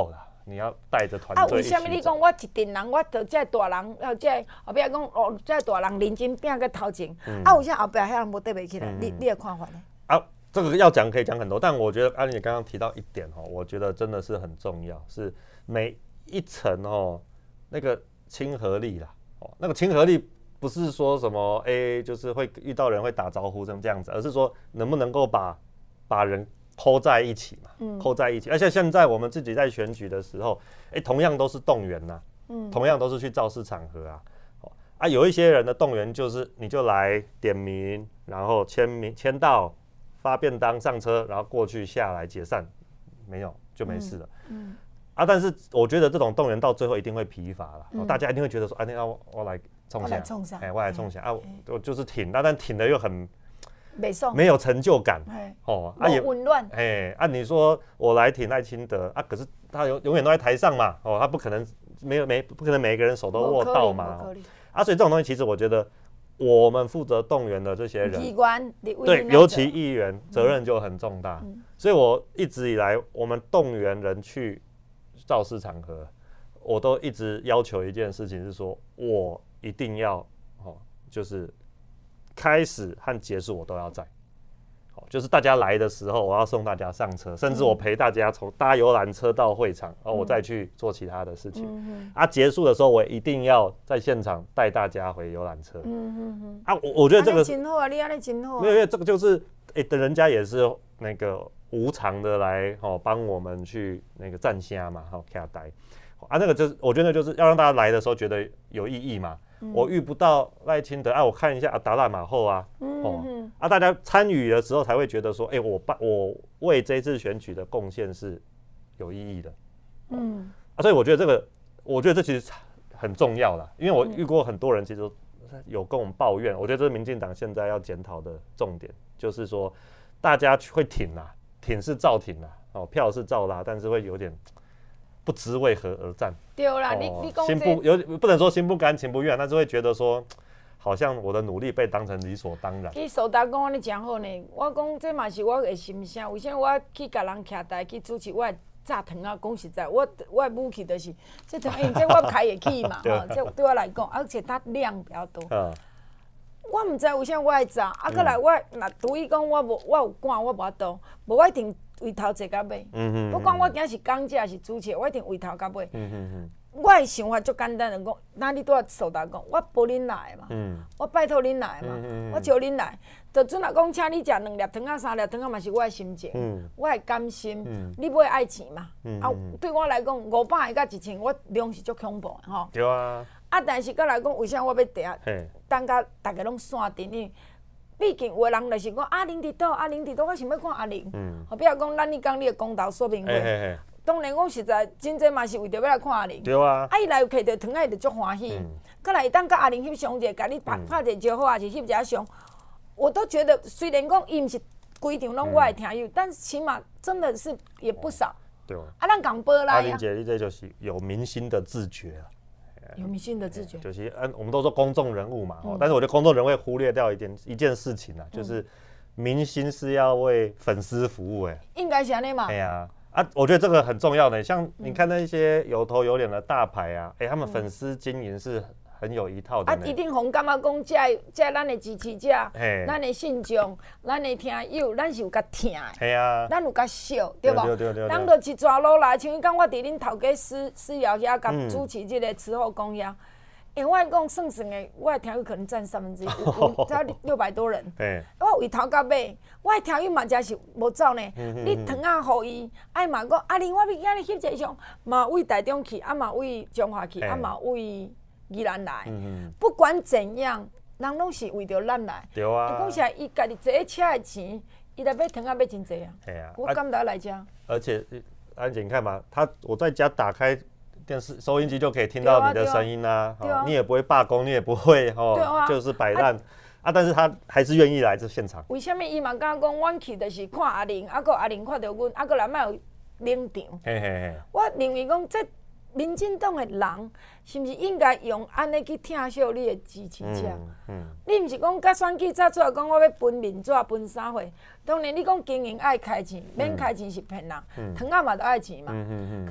[SPEAKER 3] 你要带着团队
[SPEAKER 2] 为
[SPEAKER 3] 一起走。
[SPEAKER 2] 什么你讲我一群人，我着这大人，这后壁讲哦，这大人认真拼个头前，为啥后壁遐人无缀袂起来？你的看法呢？
[SPEAKER 3] 这个要讲可以讲很多，但我觉得阿玲姐刚刚提到一点我觉得真的是很重要，是每一层那个亲和力啦，那个亲和力不是说什么就是会遇到人会打招呼这样子，而是说能不能够把人扣在一起嘛，扣在一起。而且现在我们自己在选举的时候，同样都是动员呐，同样都是去造势场合啊，有一些人的动员就是你就来点名，然后签到。发便当上车，然后过去下来解散，没有就没事了。但是我觉得这种动员到最后一定会疲乏了，大家一定会觉得说，那我来冲下，我来冲下我就是挺，但挺的又很没有成就感，
[SPEAKER 2] 也混乱，
[SPEAKER 3] 你说我来挺赖清德可是他永远都在台上嘛，他不可能不可能每个人手都握到嘛，所以这种东西其实我觉得。我们负责动员的这些人，对，尤其议员责任就很重大，所以我一直以来，我们动员人去造势场合，我都一直要求一件事情是说，我一定要就是开始和结束我都要在，就是大家来的时候，我要送大家上车，甚至我陪大家从搭游览车到会场，然后我再去做其他的事情。结束的时候，我一定要在现场带大家回游览车。我觉得这个
[SPEAKER 2] 真好啊，你安尼真好。
[SPEAKER 3] 因为这个就是人家也是那个无偿的来帮我们去那个站虾嘛，卡呆那个就是我觉得就是要让大家来的时候觉得有意义嘛。我遇不到赖清德我看一下达赖马后大家参与的时候才会觉得说，我为这次选举的贡献是有意义的，所以我觉得这其实很重要啦，因为我遇过很多人其实有跟我们抱怨，我觉得这是民进党现在要检讨的重点，就是说大家会挺挺是照挺票是照拉，但是会有点。不知为何而战，
[SPEAKER 2] 对啦，你讲
[SPEAKER 3] 心不能说心不甘情不愿，但是会觉得说，好像我的努力被当成理所当然。
[SPEAKER 2] 去苏达讲安尼真好呢，我讲这嘛是我的心声。为什么我去甲人徛台去主持我的炸糖讲实在，我的武器就是这糖，因为这我开得起嘛，这对我来讲，而且它量比较多。我唔知为什么我爱炸，过来我若除非讲我有赶我无法度，无我一定。为头坐到尾，不管我今仔是讲者是主持，我一定为头到尾。我的想法足简单的讲，那你拄仔苏达讲，我保恁来嘛，我拜托恁来嘛，我招恁来。就准若讲，请你食2粒糖3粒糖嘛是我的心情，我的甘心。你买爱钱嘛，对我来讲，500个到1000，我量是足恐怖的吼。
[SPEAKER 3] 对啊。
[SPEAKER 2] 但是搁来讲，为啥我要第等甲大家拢线定？毕竟有的人就是讲阿玲伫倒，我想要看阿玲。后壁讲咱你讲你的公道说明会，当然讲实在真侪嘛是为着要来看阿玲。
[SPEAKER 3] 对啊。
[SPEAKER 2] 伊来有摕到糖仔，伊就足欢喜。搁来当甲阿玲翕相者，甲你拍一个招好，也是翕一下相。我都觉得虽然讲伊毋是规场拢我的听友，但是起码真的是也不少。
[SPEAKER 3] 对啊。
[SPEAKER 2] 咱讲报来
[SPEAKER 3] 阿玲姐，你这就是有民心的自觉啊。
[SPEAKER 2] 有民心的自觉，
[SPEAKER 3] 就是我们都说公众人物嘛，但是我觉得公众人物会忽略掉一件事情啊，就是民心是要为粉丝服务
[SPEAKER 2] 应该是安尼嘛。
[SPEAKER 3] 对啊，我觉得这个很重要的，像你看那些有头有脸的大牌啊，他们粉丝经营是很有一套的。
[SPEAKER 2] 一定互感觉讲，这咱的支持者，咱的信众，咱的听友，咱是有甲疼的，咱有甲笑，对无？
[SPEAKER 3] 对。
[SPEAKER 2] 咱就一抓落来，像伊讲我伫恁头家私窑遐甲主持这个慈后宫遐，我讲算的，我的听友可能占1/3，有才600多人。我为头到尾，我的听友嘛真是无走呢。你糖仔互伊，嘛讲阿玲，我要今日翕一张，嘛为台中去，嘛为中华去，嘛为。宜兰来，不管怎样，人拢是为着咱来。
[SPEAKER 3] 对啊。
[SPEAKER 2] 讲实在，伊家己坐车的钱，伊来买糖仔买真济啊。我敢得来家。
[SPEAKER 3] 而且，安姐，你看嘛，我在家打开电视收音机就可以听到你的声音啊。你也不会罢工，你也不会就是摆烂但是他还是愿意来这现场。
[SPEAKER 2] 为什么伊嘛敢讲，阮去就是看阿玲，个阿玲看到阮，个来莫有冷场。我认为讲这。民进党的人是毋是应该用安尼去疼惜你的支持者？你毋是讲甲选举早出来讲我要分面纸分啥货？当然你讲经营爱开钱，免开钱是骗人，糖仔嘛都爱钱嘛。可是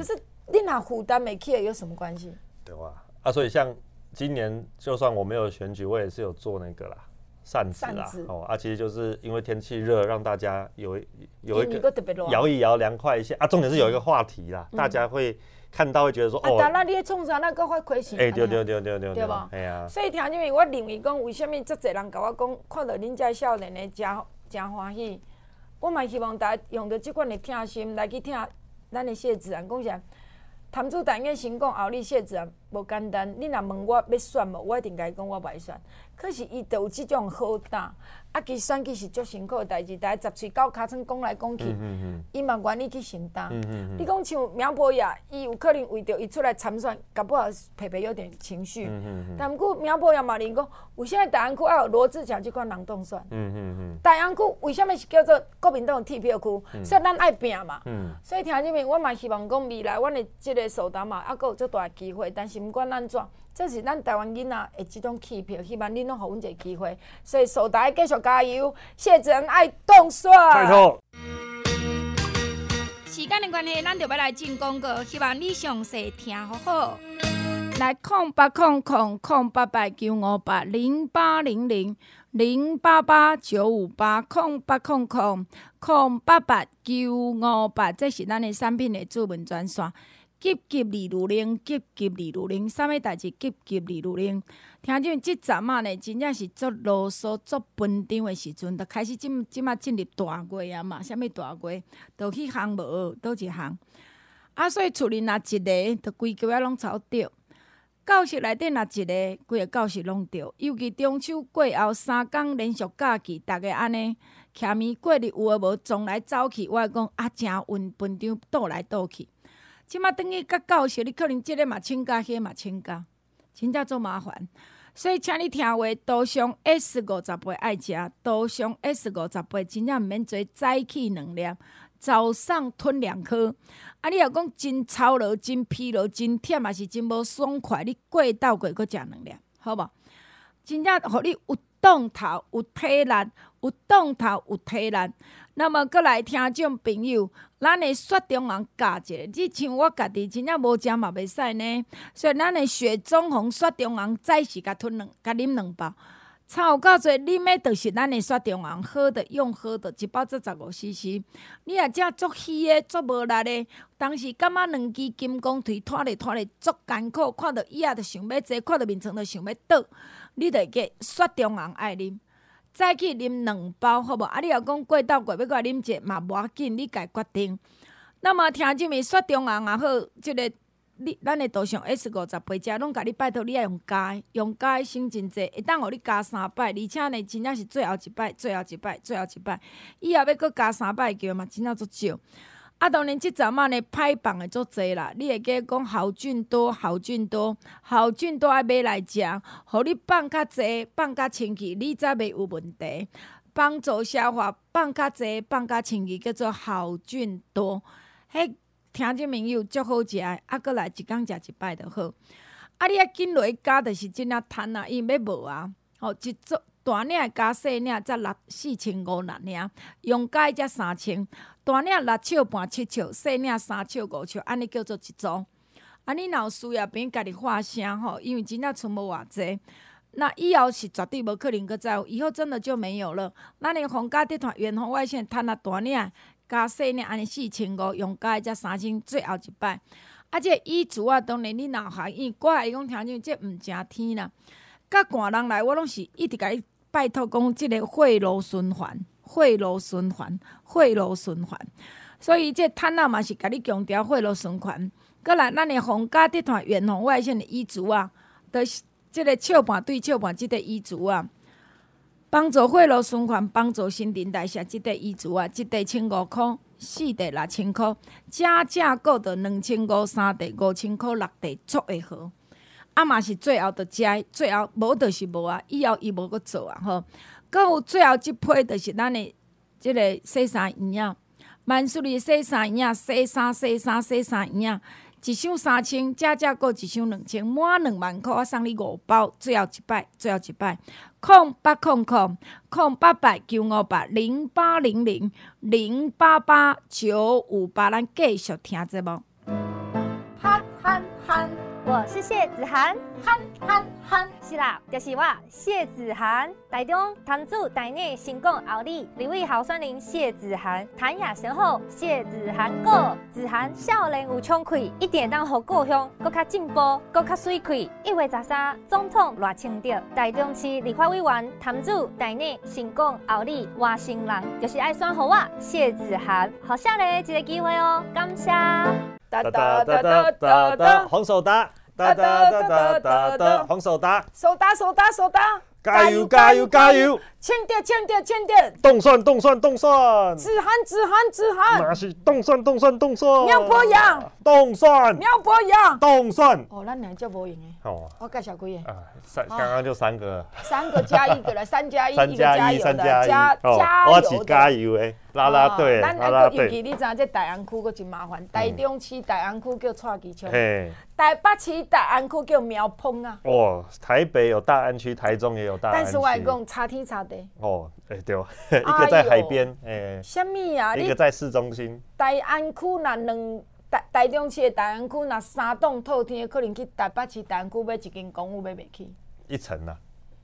[SPEAKER 2] 你若负担袂起，有什么关系？
[SPEAKER 3] 对啊，所以像今年，就算我没有选举，我也是有做那个啦。扇子啦，其实就是因为天气热，让大家有一个摇一摇，凉快一下啊。重点是有一个话题啦，大家会看到会觉得说，
[SPEAKER 2] 但那你创啥，那个发开心。
[SPEAKER 3] 对，
[SPEAKER 2] 对吧？哎呀，所以听这面，我认为讲，为什么这侪人甲我讲，看到恁这少年的真欢喜，我嘛希望大家用着这款的听心来去听咱的谢子然讲啥。潭子但愿成功后，你谢子然无简单。你若问我要选无，我一定甲伊讲我袂选。可是伊就有即种好胆，其实选举是足辛苦的代志，大家十喙九尻川讲来讲去，伊嘛愿意去承担。你讲像苗博雅，伊有可能为着伊出来参选，搞不好皮皮有点情绪。但毋过苗博雅嘛，认讲为什么大安区要有罗志强即款人当选？大安区为什么是叫做国民党铁票区？所以咱爱拼嘛。所以听这边，我嘛希望讲未来阮的即个首党嘛，阁有足大机会。但是毋管安怎，这是咱台湾囡仔的即种气票，希望恁拢互阮一个机会。所以首党继续加油，谢子然爱当选。
[SPEAKER 3] 拜托。
[SPEAKER 4] 时间的关系，咱就要来进广告，希望你详细听好好。
[SPEAKER 2] 来0800-0888-958-0888-958，这是咱的产品的主文专线。急急260，急急260，啥物代志急急260。听见即阵啊呢，真正是足啰嗦、足纷张的时阵，就开始即马进入大月啊嘛。啥物大月？倒去项无？倒一项？所以厝里若一个，就规个拢走着。教室内底若一个，规个教室拢着。尤其中秋过后3天连续假期，逐个安尼徛面过日有诶无，撞来走去，我讲真纷张，倒来倒去。即马转去甲教室，你可能即个嘛请假，迄个嘛请假，真正足麻烦。所以请你听话，多上 S50杯爱食，多上 S50杯，真正毋免做早起2粒，早上吞2颗。你若讲真操劳、真疲劳、真忝，也是真无爽快，你过倒过搁食2粒，好无？真正互你有动头、有体力、有动头、有体力。那么，搁来听众朋友，咱的雪中红教一个，你像我家己真正无食嘛袂使呢。所以，咱的雪中红、雪中红早时甲啉2包。差有够侪，啉的就是咱的雪中红，好的用好的，1包才15cc。你若食足虚的、足无力的，当时感觉2支金刚腿拖咧足艰苦，看到椅仔就想要坐，看到面床就想要倒，你就加雪中红爱啉。再去啉2包，好无？你若讲过倒过要搁啉一个嘛无要紧，你家决定。那么听即面雪中红也好，即个咱的图上 S50杯食，拢甲你拜托，你爱用加的省真济，会当互你加3摆，而且呢，真正是最后一摆，以后要搁加3摆叫嘛，真正足少。当然即阵仔呢，歹放的足侪啦，你会记讲好菌多爱买来食，互你放较济，放较清气，你才袂有问题。帮助消化，放较济，放较清气，叫做好菌多。迄听众朋友足好食的，搁来一工食1摆就好。你紧落去加，就是真正趁啊，伊要无啊。一组大领加细领才4500领，用加才3000。大领6尺半7尺，细领3尺5尺，安尼叫做一组。你若有需要，边家己发声吼，因为真正剩无偌济。那以后是绝对无可能搁再有，以后真的就没有了。咱的皇家集团远红外线趁大领加细领安尼4500，用加才3000，最后一摆。这衣橱当然你若学伊，我来讲听这毋正天啦。甲寒人来，我拢是一直甲伊拜托讲，即个血路循环。所以这摊仔嘛是甲你强调血路循环。搁来，咱的皇家集团远红外线的衣橱就是即个笑盘对笑盘即个衣橱帮助血路循环，帮助新陈代谢即个衣橱一袋1500块，4袋6000块，正购到2500、3袋5000块，6袋足会好。嘛是最后就食，最后无就是无啊，以后伊无搁做啊吼。搁有最后一批，就是咱的即个洗衫衣万斯利洗衫衣洗衫衣一箱3000，加购一箱2000，满2万块，我送你5包，最后一摆0800-958-0800-0888-958，咱继续听节目。
[SPEAKER 6] 我是谢子涵，
[SPEAKER 2] 憨，
[SPEAKER 6] 是啦，就是我谢子涵。台中潭子台内成功后里2位候选人谢子涵、谭雅贤后谢子涵过，子涵少年有冲气，一定当互故乡更较进步，更较水气。1月13总统赖清德，台中市立法委员潭子台内成功后里外省人，就是爱选互我谢子涵，好少年一个机会哦，感谢。
[SPEAKER 3] 黄守达，黄守达，
[SPEAKER 2] 手打，
[SPEAKER 3] 加油加油加油！
[SPEAKER 2] 签掉，
[SPEAKER 3] 动算，
[SPEAKER 2] 子涵，
[SPEAKER 3] 那是动算，
[SPEAKER 2] 苗博洋，
[SPEAKER 3] 动算，动算。
[SPEAKER 2] 哦，咱两就无赢诶。
[SPEAKER 3] 哦，
[SPEAKER 2] 我介绍几个？
[SPEAKER 3] 刚刚就3个
[SPEAKER 2] ，3个加1个了，3加1，
[SPEAKER 3] 3加1，
[SPEAKER 2] 加油，
[SPEAKER 3] 我是加油诶，啦啦队，
[SPEAKER 2] 尤其你知影这大安区佫真麻烦，台中市大安区叫蔡其昌，台北市大安区叫苗鹏啊。
[SPEAKER 3] 哦，台北有大安区，台中也有大安区。
[SPEAKER 2] 但是我来讲，差天差地。
[SPEAKER 3] 哦，对，一个在海边，
[SPEAKER 2] 什么啊？
[SPEAKER 3] 一个在市中心。
[SPEAKER 2] 大安区台中市的大安区，那3栋透天，可能去台北市大安区买一间公寓买袂起。
[SPEAKER 3] 1层啊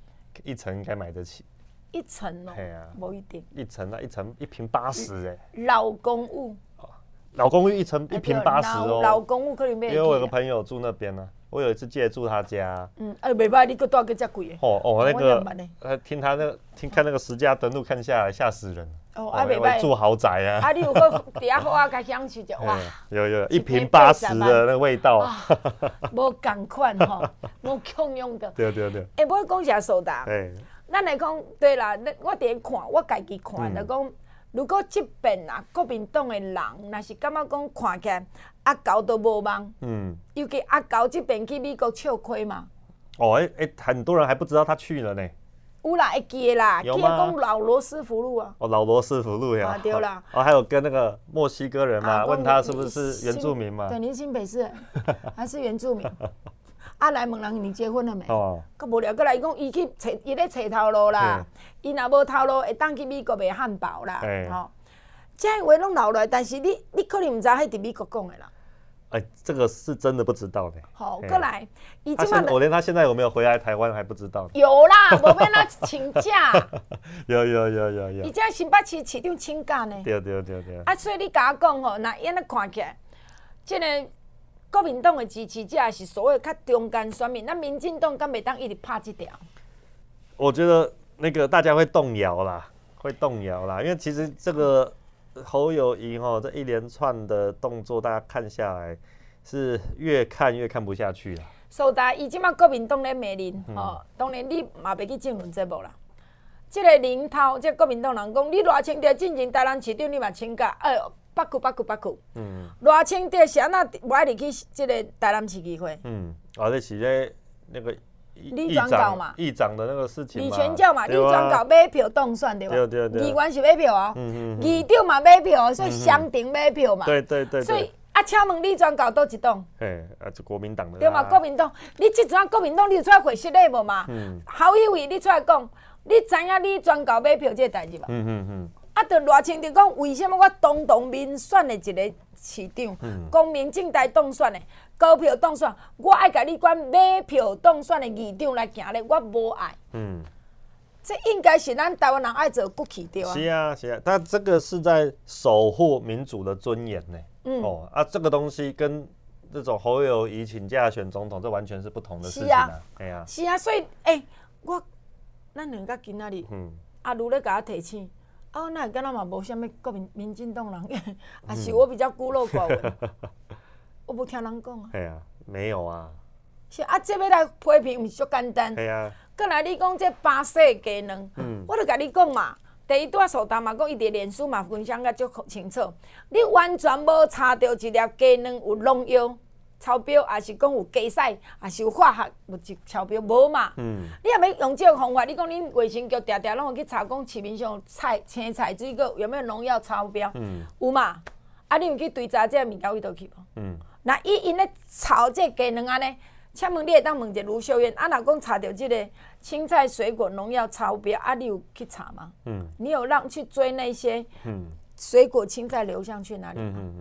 [SPEAKER 3] ，1层应该买得起。
[SPEAKER 2] 1层哦，无一定。
[SPEAKER 3] 1层啊，1层1坪80
[SPEAKER 2] 老公寓。
[SPEAKER 3] 老公寓1坪80哦。
[SPEAKER 2] 老公寓可能买得起。
[SPEAKER 3] 因为我有个朋友住那边呢，我有一次借住他家。
[SPEAKER 2] 袂歹，你佫住个遮贵诶。
[SPEAKER 3] 那个，听看那个实价登录看下来，吓死人。
[SPEAKER 2] 袂歹。
[SPEAKER 3] 住豪宅啊。
[SPEAKER 2] 你有搁底下好啊，甲享受者哇。
[SPEAKER 3] 有1坪80的那个味道。
[SPEAKER 2] 无共款吼，无共用的。
[SPEAKER 3] 对。
[SPEAKER 2] 我讲下手达。咱来讲，对啦，我伫咧看，我家己看，就讲，如果即边啊，国民党的人，若是感觉讲看起来阿高都无望，尤其阿高即边去美国笑亏嘛。
[SPEAKER 3] 很多人还不知道他去了呢。
[SPEAKER 2] 有啦，会记的啦，去讲老罗斯福路啊。
[SPEAKER 3] 老罗斯福路呀。
[SPEAKER 2] 对啦。
[SPEAKER 3] 还有跟那个墨西哥人嘛，问他是不是原住民嘛？
[SPEAKER 2] 对，您新北市还是原住民。来问人你结婚了没？佮无聊，佮来讲伊去找伊咧找头路啦。伊若无头路，会当去美国卖汉堡啦。这话拢留落来，但是你可能唔知迄伫美国讲的啦。
[SPEAKER 3] 这个是真的不知道的。
[SPEAKER 2] 好，过来，
[SPEAKER 3] 我连他现在有没有回来台湾还不知道。
[SPEAKER 2] 有啦，无免他请假。
[SPEAKER 3] 有。
[SPEAKER 2] 伊这新北市市长请假呢。
[SPEAKER 3] 对。
[SPEAKER 2] 所以你甲我讲吼，那安尼看起来，这个国民党的支持者是所谓较中间选民，那民进党敢袂当一直拍这条？
[SPEAKER 3] 我觉得那个大家会动摇啦，因为其实这个侯友宜这一连串的动作，大家看下来是越看越看不下去啦。
[SPEAKER 2] 所以伊即马国民党咧骂人，当然你嘛袂去政论节目啦。这个林涛，这国民党人讲，你赖清德进前台南市长，你嘛请假，八股。赖清德是安那无爱入去这个台南市议会？
[SPEAKER 3] 这是咧那个
[SPEAKER 2] 李转告嘛，
[SPEAKER 3] 议长的那个事情嘛，
[SPEAKER 2] 李全教嘛，李转告买票当选对吧？
[SPEAKER 3] 对。
[SPEAKER 2] 议员是买票哦，议长嘛买票，所以相庭买票嘛。
[SPEAKER 3] 对。
[SPEAKER 2] 所以请问李转告倒一党？
[SPEAKER 3] 就国民党的。
[SPEAKER 2] 对嘛，国民党，你即阵国民党，你有出来回实力无嘛？侯友宜，你出来讲，你知影李转告买票这个代志无？就赖清德讲，为什么我当民选的一个市长，讲民进党当选的高票当选，我爱甲你管买票当选的议长来行咧，我无爱。这应该是咱台湾人爱做骨气对啊。
[SPEAKER 3] 是啊，但这个是在守护民主的尊严呢。这个东西跟这种侯友宜请假选总统，这完全是不同的事情啊。
[SPEAKER 2] 是啊，所以咱两个今仔日，阿如咧甲我提醒。那敢若嘛无啥物民进党人，也是我比较孤陋寡闻，我无听人讲啊。
[SPEAKER 3] 没有啊。
[SPEAKER 2] 是这要来批评，毋是足简单。过来你讲这巴西鸡卵，我就甲你讲嘛，第一段手段嘛，讲伊伫脸书嘛分享甲足清楚，你完全无查到一粒鸡卵有农药。超标，还是讲有加洗，还是有化学物质超标，无嘛？你若要用这个方法，你讲恁卫生局常常拢有去查，讲市面上青菜水果有没有农药超标？有嘛？你有去追查这个物件位倒去无？那因咧炒这鸡卵安尼，请问你会当问一下卢秀燕，若讲查到这个青菜水果农药超标，你有去查吗？你有让去追那些水果青菜流向去哪里吗？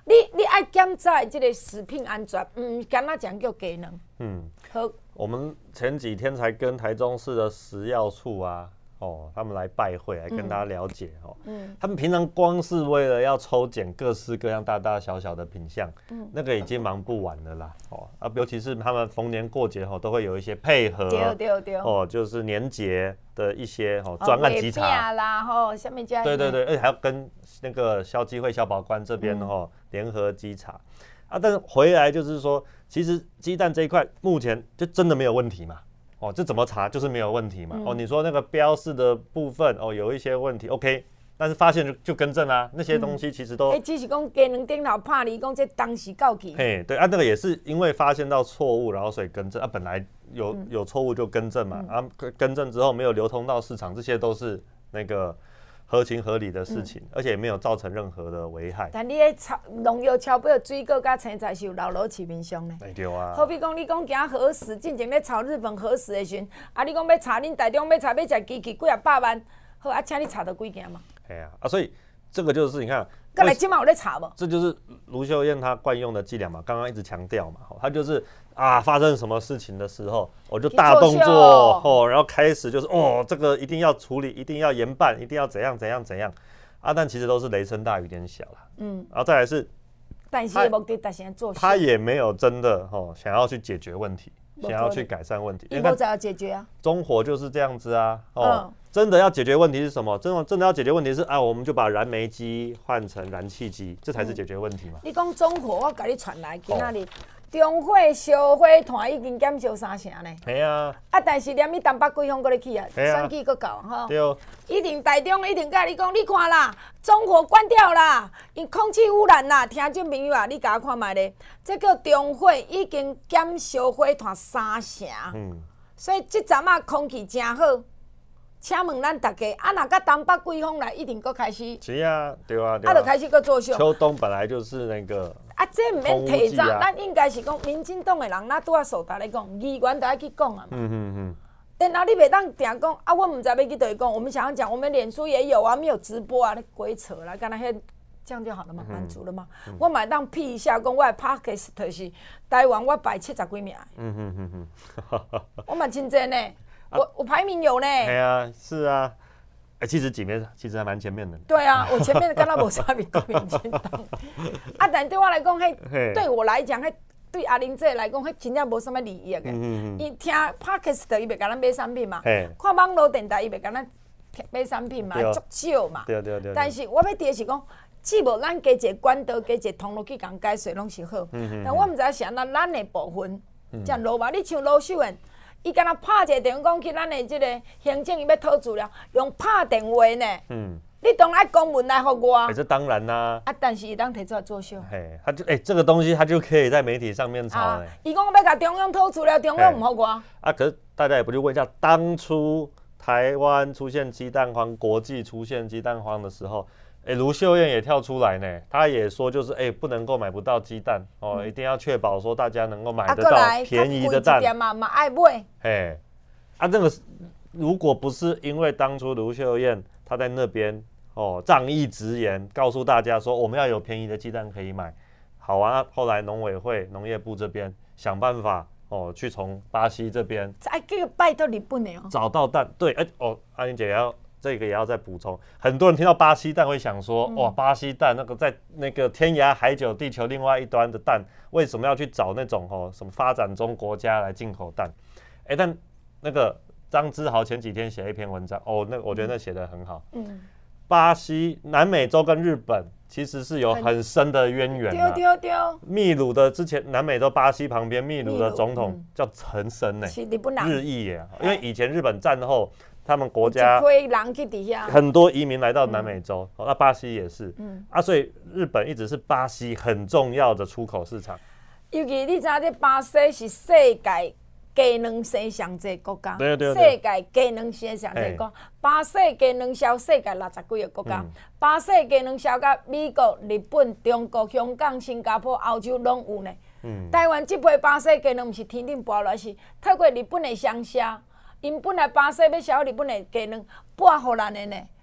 [SPEAKER 2] 你爱检查这个食品安全，干那讲叫鸡卵。好。
[SPEAKER 3] 我们前几天才跟台中市的食药处啊，他们来拜会，来跟大家了解他们平常光是为了要抽检各式各样大大小小的品项，那个已经忙不完了啦，尤其是他们逢年过节都会有一些配合，对，就是年节的一些专案稽查
[SPEAKER 2] 啦，下面加
[SPEAKER 3] 对，而且还要跟那个消基会消保官这边联合稽查。但是回来就是说，其实鸡蛋这一块目前就真的没有问题嘛？这怎么查就是没有问题嘛？你说那个标示的部分有一些问题 ，OK， 但是发现就更正啊，那些东西其实都，
[SPEAKER 2] 只是讲鸡卵顶头拍你讲这当时告起，
[SPEAKER 3] 对那个也是因为发现到错误，然后所以更正本来有错误就更正嘛，更正之后没有流通到市场，这些都是那个。合情合理的事情，而且也没有造成任何的危害。
[SPEAKER 2] 但你咧农药超标水果甲青菜是有老市面上呢。
[SPEAKER 3] 对啊。
[SPEAKER 2] 好比讲，你讲行核食，进前咧炒日本核食的时阵，你讲要查恁台中要查要食机器几啊百万，好请你查到几件嘛？
[SPEAKER 3] 所以这个就是你看，
[SPEAKER 2] 刚才今晚有在查无？
[SPEAKER 3] 这就是卢秀燕她惯用的伎俩嘛，刚刚一直强调嘛，她就是发生什么事情的时候，我就大动作然后开始就是这个一定要处理，一定要严办，一定要怎样但其实都是雷声大雨点小啦。然后再来是，
[SPEAKER 2] 但是目的但是做，
[SPEAKER 3] 他也没有真的想要去解决问题，想要去改善问题。
[SPEAKER 2] 你不怎样解决啊？
[SPEAKER 3] 中火就是这样子啊，真的要解决问题是什么？真的要解决问题是我们就把燃煤机换成燃气机，这才是解决问题嘛。
[SPEAKER 2] 你讲中火，我给你传来今仔日。中火烧火团已经减少3成呢。
[SPEAKER 3] 系啊。
[SPEAKER 2] 但是连你东北几乡搁咧去啊，选举搁搞吼。
[SPEAKER 3] 对。
[SPEAKER 2] 一定台中一定甲你讲，你看啦，中火关掉啦，因空气污染啦，听众朋友啊，你甲我看卖咧，这个中火已经减烧火团3成。所以这阵啊，空气真好。请问咱大家，若甲东北季风来，一定搁开始。
[SPEAKER 3] 是啊，对啊。
[SPEAKER 2] 就开始搁作秀。
[SPEAKER 3] 秋冬本来就是那个。
[SPEAKER 2] 这唔免提早，咱应该是讲民进党的人，咱拄仔受达咧讲，议员就爱去讲啊嘛。然后你袂当定讲我唔知要去对讲，我们想要讲，我们脸书也有啊，没有直播啊，你鬼扯啦，干那些这样就好了嘛，满足了嘛。我买当批一下，讲我的 podcast 是台湾我排70几名。我蛮真真呢。我排名有呢。
[SPEAKER 3] 对啊，是啊，其实几面其实还蛮前面的。
[SPEAKER 2] 对啊，我前面跟他无差别，国民党。但对我来讲，对我来讲，对阿玲姐来讲，真正无什么利益的。伊听 podcast 伊袂甲咱买产品嘛，看网络电台伊袂甲咱买产品嘛，足少嘛。
[SPEAKER 3] 对。
[SPEAKER 2] 但是我要提的是讲，只无咱加一个管道，加一个通路去共解说，拢是好。但我毋知是安怎咱的部分，像罗嘛，你像罗秀燕。伊敢若拍一个电话讲去咱的即个行政，伊要讨资料，用拍电话呢。你当然爱公文来互我。
[SPEAKER 3] 这当然啦。
[SPEAKER 2] 但是伊当提出来作秀。
[SPEAKER 3] 他就这个东西他就可以在媒体上面炒嘞。
[SPEAKER 2] 伊讲要甲中央讨资料，中央唔互我。
[SPEAKER 3] 可是大家也不去问一下，当初台湾出现鸡蛋荒，国际出现鸡蛋荒的时候。卢秀燕也跳出来呢，她也说就是不能够买不到鸡蛋一定要确保说大家能够买得到便宜的蛋。
[SPEAKER 2] 嘛爱买。
[SPEAKER 3] 这个如果不是因为当初卢秀燕她在那边仗义直言，告诉大家说我们要有便宜的鸡蛋可以买，好啊，后来农委会农业部这边想办法去从巴西这边
[SPEAKER 2] 这个拜托日本的
[SPEAKER 3] 找到蛋。对，阿玲姐也要。这个也要再补充，很多人听到巴西蛋会想说，哇，巴西蛋那个在那个天涯海角地球另外一端的蛋，为什么要去找那种什么发展中国家来进口蛋？但那个张之豪前几天写了一篇文章，那我觉得那写得很好。巴西、南美洲跟日本其实是有很深的渊源的。
[SPEAKER 2] 对。
[SPEAKER 3] 秘鲁的之前南美洲巴西旁边，秘鲁的总统叫陈森呢，日裔耶，因为以前日本战后。他们国家很多移民来到南美洲，那巴西也是，所以日本一直是巴西很重要的出口市场。
[SPEAKER 2] 尤其你知道，这巴西是世界鸡卵生上济国家，
[SPEAKER 3] 对，
[SPEAKER 2] 世界鸡卵生上济国家，巴西鸡卵销世界60几个国家，巴西鸡卵销到美国、日本、中国、香港、新加坡、欧洲拢有呢。台湾这批巴西鸡卵不是天顶搬来，是透过日本的商社。因本来巴西要销日本的鸡卵，搬互咱的呢。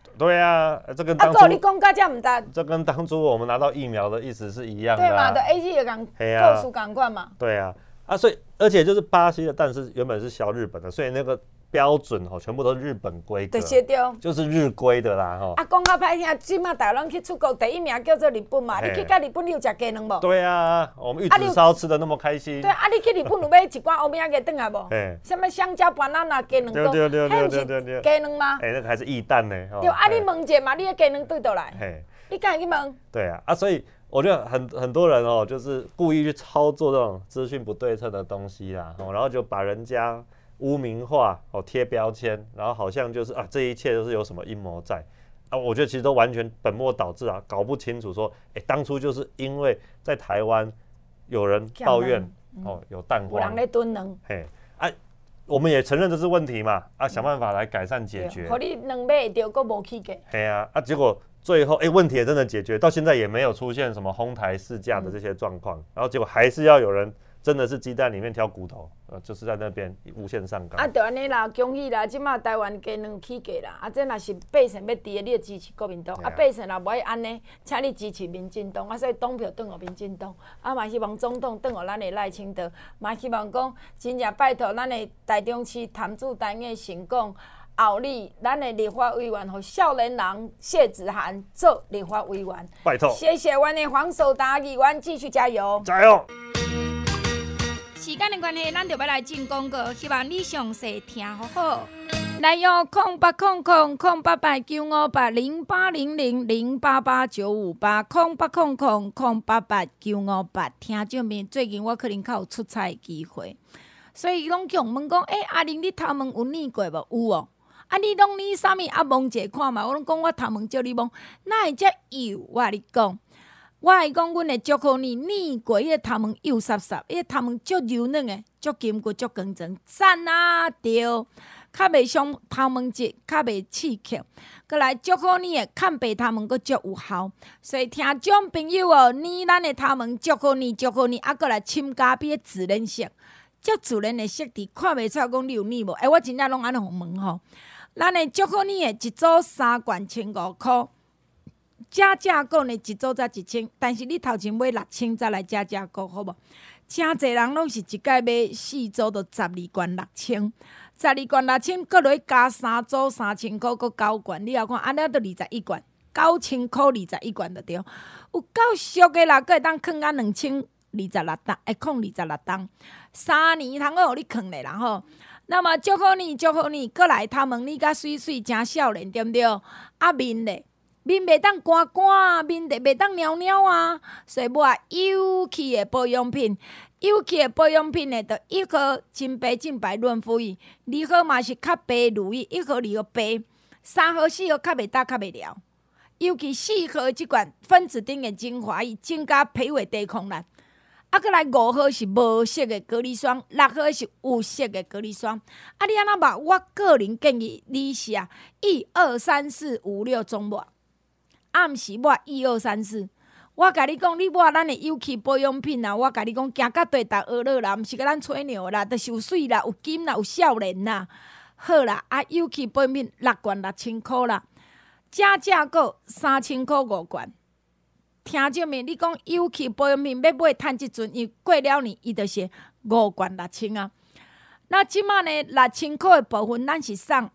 [SPEAKER 3] 对啊，这跟
[SPEAKER 2] 啊，你讲到这唔得，
[SPEAKER 3] 这跟当初我们拿到疫苗的意思是一样的、啊，
[SPEAKER 2] 对嘛？的 AZ 也讲构数赶快嘛。
[SPEAKER 3] 对啊，所以而且就是巴西的蛋是原本是销日本的，所以那个标准全部都是日本规格，就是日规的啦
[SPEAKER 2] 啊，讲较歹听，即马台湾去出国第一名叫做日本嘛，你去到日本你有食鸡卵无？
[SPEAKER 3] 对啊，我们玉子烧吃的那么开心。
[SPEAKER 2] 对啊，你去日本有买一罐欧米茄回来无？什么香蕉、banana 鸡卵冻，迄不是鸡卵吗？
[SPEAKER 3] 那个还是液蛋呢。
[SPEAKER 2] 对啊，你问者嘛，你的鸡卵对倒来，你敢去问？
[SPEAKER 3] 对啊，所以我觉得很多人就是故意去操作这种资讯不对称的东西啦，然后就把人家污名化贴标签，然后好像就是这一切都是有什么阴谋在我觉得其实都完全本末倒置啊，搞不清楚说当初就是因为在台湾有人抱怨有蛋荒，有
[SPEAKER 2] 人在囤卵，
[SPEAKER 3] 我们也承认这是问题嘛想办法来改善解决，
[SPEAKER 2] 可你卵买会到还无起价，
[SPEAKER 3] 结果最后问题也真的解决，到现在也没有出现什么哄抬市价的这些状况，然后结果还是要有人真的是鸡蛋里面挑骨头，就是在那边无限上纲。
[SPEAKER 2] 就安尼啦，恭喜啦！即马台湾鸡卵起价啦，这若是百姓要支的，你要支持国民党。百姓若无爱安尼，请你支持民进党。所以党票转互民进党。嘛希望总统转互咱的赖清德，嘛希望讲真正拜托咱的台中市潭子台的成功。后里，咱的立法委员和少年人谢子涵做立法委员，
[SPEAKER 3] 拜托，
[SPEAKER 2] 谢谢我们的黄守达议员，继续加油，
[SPEAKER 3] 加油！
[SPEAKER 4] 时间的关系，咱就要来进广告，希望你详细听好好。
[SPEAKER 2] 来哟，0800-088-958-088958，0800-088-958，听众朋友，最近我可能较有出差的机会，所以拢强问讲，阿玲你头毛有染过无？有哦。你拢染啥物？摸者看嘛。我拢讲我头毛叫你摸，哪会遮油？我甲你讲，我会讲阮的祝福你染过，迄个头毛油湿湿，迄个头毛足柔软的，足金骨，足光泽，赞啊！对，较袂伤头毛质，较袂刺激。过来祝福你的看白头毛，阁足有效。所以听众朋友染咱的头毛，祝福你，祝福你，过来深咖啡的自然色，足自然的色质，看袂出讲你有染无？我真正拢安尼问吼。咱的祝福你的一组3罐1500块，加价购呢一组才1000，但是你头前买6000再来加价购，好无？真侪人拢是一届买4组就12罐6000，12罐6000，搁落去加3组3000块，搁9罐，你后看安尼都21罐，9000块21罐就对，有够俗的啦，搁会当囥啊2026档，控26档，3年通好互你囥咧啦吼。那么祝福你，祝福你，过来头毛你甲水水真少年，对不对？面咧，面袂当干干，面咧袂当袅袅啊。所以买有气的保养品，有气的保养品咧，就1盒真白润肤液，2盒嘛是较白乳液，1盒2盒白，3盒4盒较袂搭较袂了。尤其4盒即款分子丁的精华液，增加皮肤抵抗力。过来5号是无色的隔离霜，6号是有色的隔离霜。你安怎抹？我个人建议你是1、2、3、4、5、6种抹，毋是抹1、2、3、4。我甲你讲，你抹咱的有气保养品我甲你讲，行到地大学乐啦，毋是甲咱吹牛啦，就是有水啦，有金啦，有少年啦。好啦，有气保养品6罐6000块啦，加价购3000块5罐。听众们，你讲有气保养品要买趁即阵，伊过了年，伊就是5罐6000啊。那即马呢，6000块的部分，咱是送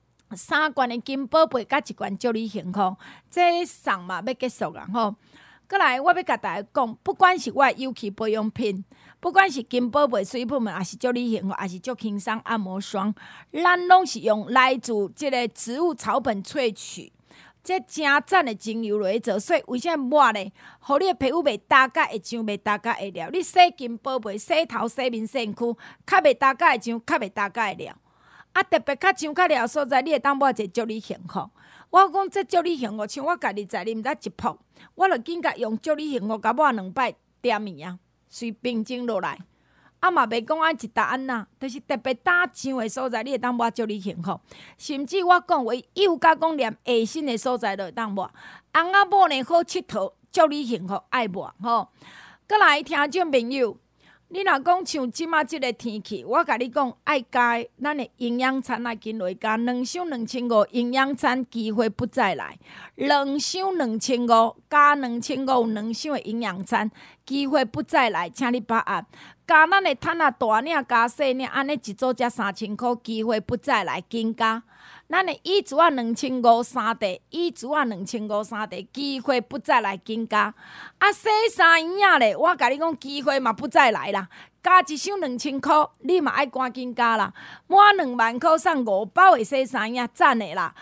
[SPEAKER 2] 3罐的金宝贝，甲1罐祝你幸福。这送嘛要结束啦吼。过来，我要甲大家讲，不管是我的有气保养品，不管是金宝贝水品们，还是祝你幸福，还是祝轻松按摩霜，咱拢是用来自即个植物草本萃取。这真赞的精油落去做，所以为啥抹咧？互你的皮肤袂打甲会痒，袂打甲会了。你洗金宝贝、洗头、洗面、洗身躯，较袂打甲会痒，较袂打甲会了。特别较痒较了所在，你会当抹一个祝你幸福。我讲这祝你幸福，像我家己在啉一泡，我就紧甲用祝你幸福，甲抹2摆点面啊，随冰晶落来。嘛袂讲一搭安那，就是特别打痒的所在，你会当抹祝你幸福。甚至我讲为有甲讲连下身的所在都会当抹。翁仔某呢好佚佗，祝你幸福爱抹吼。过来听众朋友， 你若讲像即马即个天气，我甲你讲，爱加咱的营养餐来紧落加2箱2500，营养餐机会不再来。2箱2500加2500有2箱的营养餐，机会不再来，请你把握。加咱的摊啊大领加细领，安尼一组才3000块，机会不再来，紧加。咱的椅子啊2500三地，椅子啊2500三地，机会不再来，紧加。啊，洗衫衣啊咧，我甲你讲，机会嘛不再来啦。加一箱2000块，你嘛爱赶紧加啦！满2万块送5包的洗衫衣，赞的啦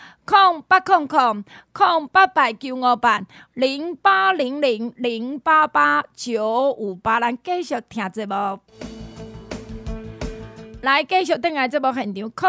[SPEAKER 2] ！0800-0800-0888-088958，咱继续听节目。来，继续转来节目现场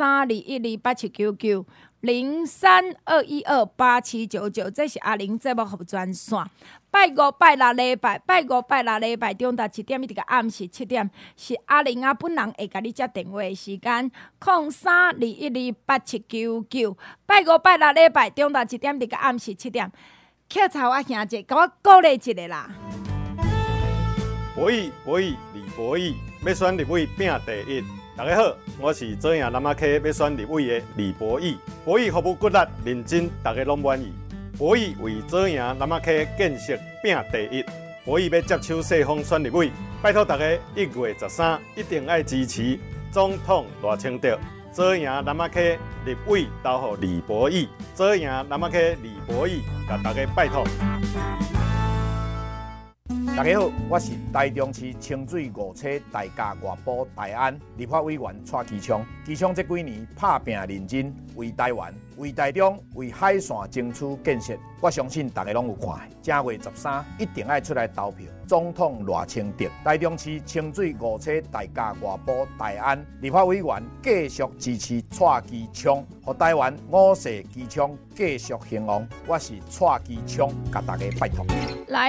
[SPEAKER 2] ，032128799032128799，这是阿玲节目服务专线。拜五拜六礼拜中昼1点一直到暗时7点，是阿玲本人会甲你接电话的时间。0321287990，拜五拜六礼拜中昼1点一直到暗时7点。捡草我兄姐，甲我鼓励一下啦！
[SPEAKER 7] 博弈，李博弈，要选立委拼第一。大家好，我是左营南仔溪要选立委的李博弈。博弈服务骨力认真，大家拢满意。博弈为左营南仔溪建设拼第一。博弈要接手细丰选立委，拜托大家1月13一定要支持总统赖清德。左营南仔溪立委投予李博弈，左营南仔溪李博弈，甲大家拜托。
[SPEAKER 8] 大家好，我是台中市清水5车大家外埔大安立法委员蔡其昌。其昌这几年打拼认真，为台湾、为台中、为海线争取建设，我相信大家拢有看。正月13一定要出来投票，总统赖清德。台中市清水5车大家外埔大安立法委员继续支持蔡其昌，让台湾5世其昌继续兴旺。我是蔡其昌，甲大家拜托。
[SPEAKER 2] 来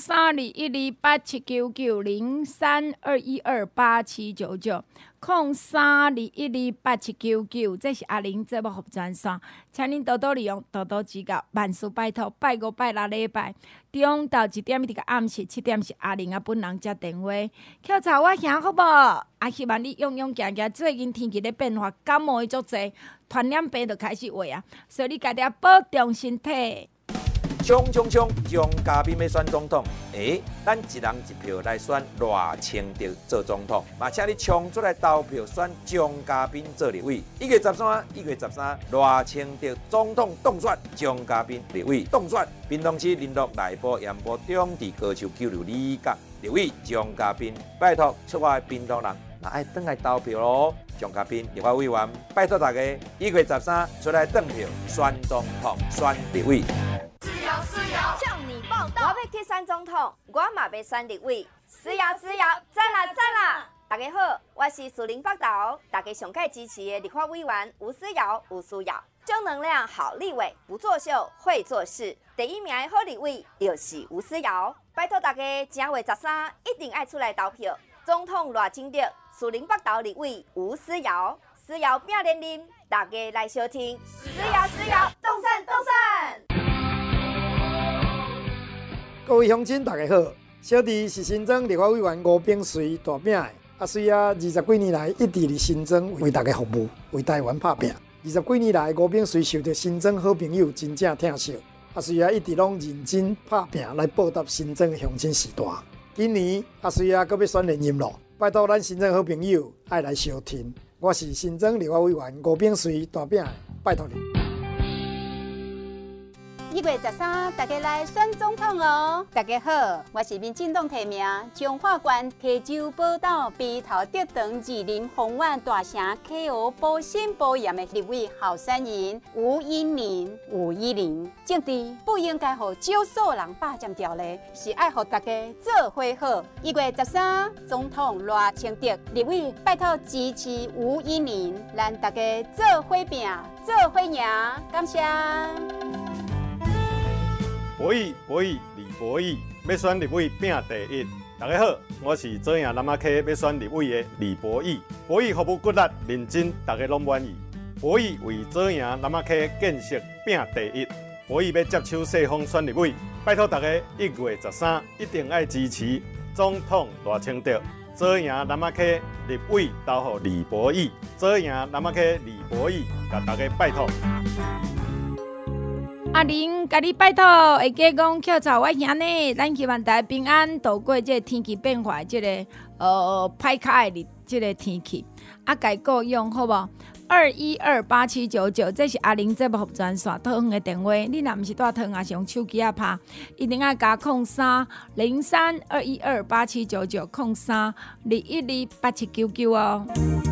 [SPEAKER 2] 03212879903221287990，这是阿玲节目服务专线，请您多多利用，多多指教，万事拜托。拜五拜六礼拜中昼1点一直到暗时7点，是阿玲本人接电话。捡草我兄好无？希望你勇勇行行，最近天气咧变化，感冒的足侪，传染病就开始话啊，所以你家己要保重身体。
[SPEAKER 9] 冲！蒋家彬要选总统，咱一人一票来选赖清德做总统，嘛，请你冲出来投票选蒋家彬做立委。1月13，赖清德总统当选，蒋家彬立委当选。屏东市林鹿内埔盐埔中地高球9路里甲立委蒋家彬，拜托出我的屏东人，那爱转来投票咯。蒋家彬立法委员，拜托大家1月13出来投票选总统、选立委。
[SPEAKER 6] 向你报道，我要去选总统，我嘛要选立委，是呀，赞啦！大家好，我是士林北投，大家上届支持的立法委员吴思瑶，正能量好立委，不作秀会做事，第1名的好立委就是吴思瑶。拜托大家正月13一定要出来投票，总统赖清德，士林北投立委吴思瑶，思瑶拼连任，大家来收听，思瑶，动善！
[SPEAKER 10] 各位乡亲，大家好，小弟是新庄立法委员吴秉随大饼的，随20几年来一直伫新庄为大家服务，为台湾打拼。20几年来，吴秉随受到新庄好朋友真正疼惜，随一直拢认真打拼来报答新庄的乡亲时代。今年随搁要选连任咯，拜托咱新庄好朋友爱来相挺。我是新庄立法委员吴秉随大饼的，拜托你。
[SPEAKER 11] 1月13，大家来选总统哦！大家好，我是民进党提名彰化县溪州宝岛鼻头竹塘二林丰苑大城KO保心保严的立委候选人吴依林，政治不应该让少数人霸占条例，是爱让大家做伙好。1月13，总统赖清德立委拜托支持吴依林，咱大家做伙拼，做伙赢，感谢。
[SPEAKER 7] 博弈，李博弈要选立委拼第一。大家好，我是左营南仔溪要选立委的李博弈。博弈服务骨力认真，大家拢满意。博弈为左营南仔溪建设拼第一。博弈要接手细丰选立委，拜托大家1月13一定要支持总统赖清德。 做赢南马溪立委投予李博义，做赢南马溪李博义，甲大家拜托。
[SPEAKER 2] 阿玲，甲你拜托，会记讲捡草我兄呢，咱希望大家平安度过这个天气变化，这个歹卡的这个天气。啊，该够用好无？2128799，这是阿玲节目服专线讨的电话。你若毋是带糖，也是用手机啊拍，一定要加0302128799，0321287799哦。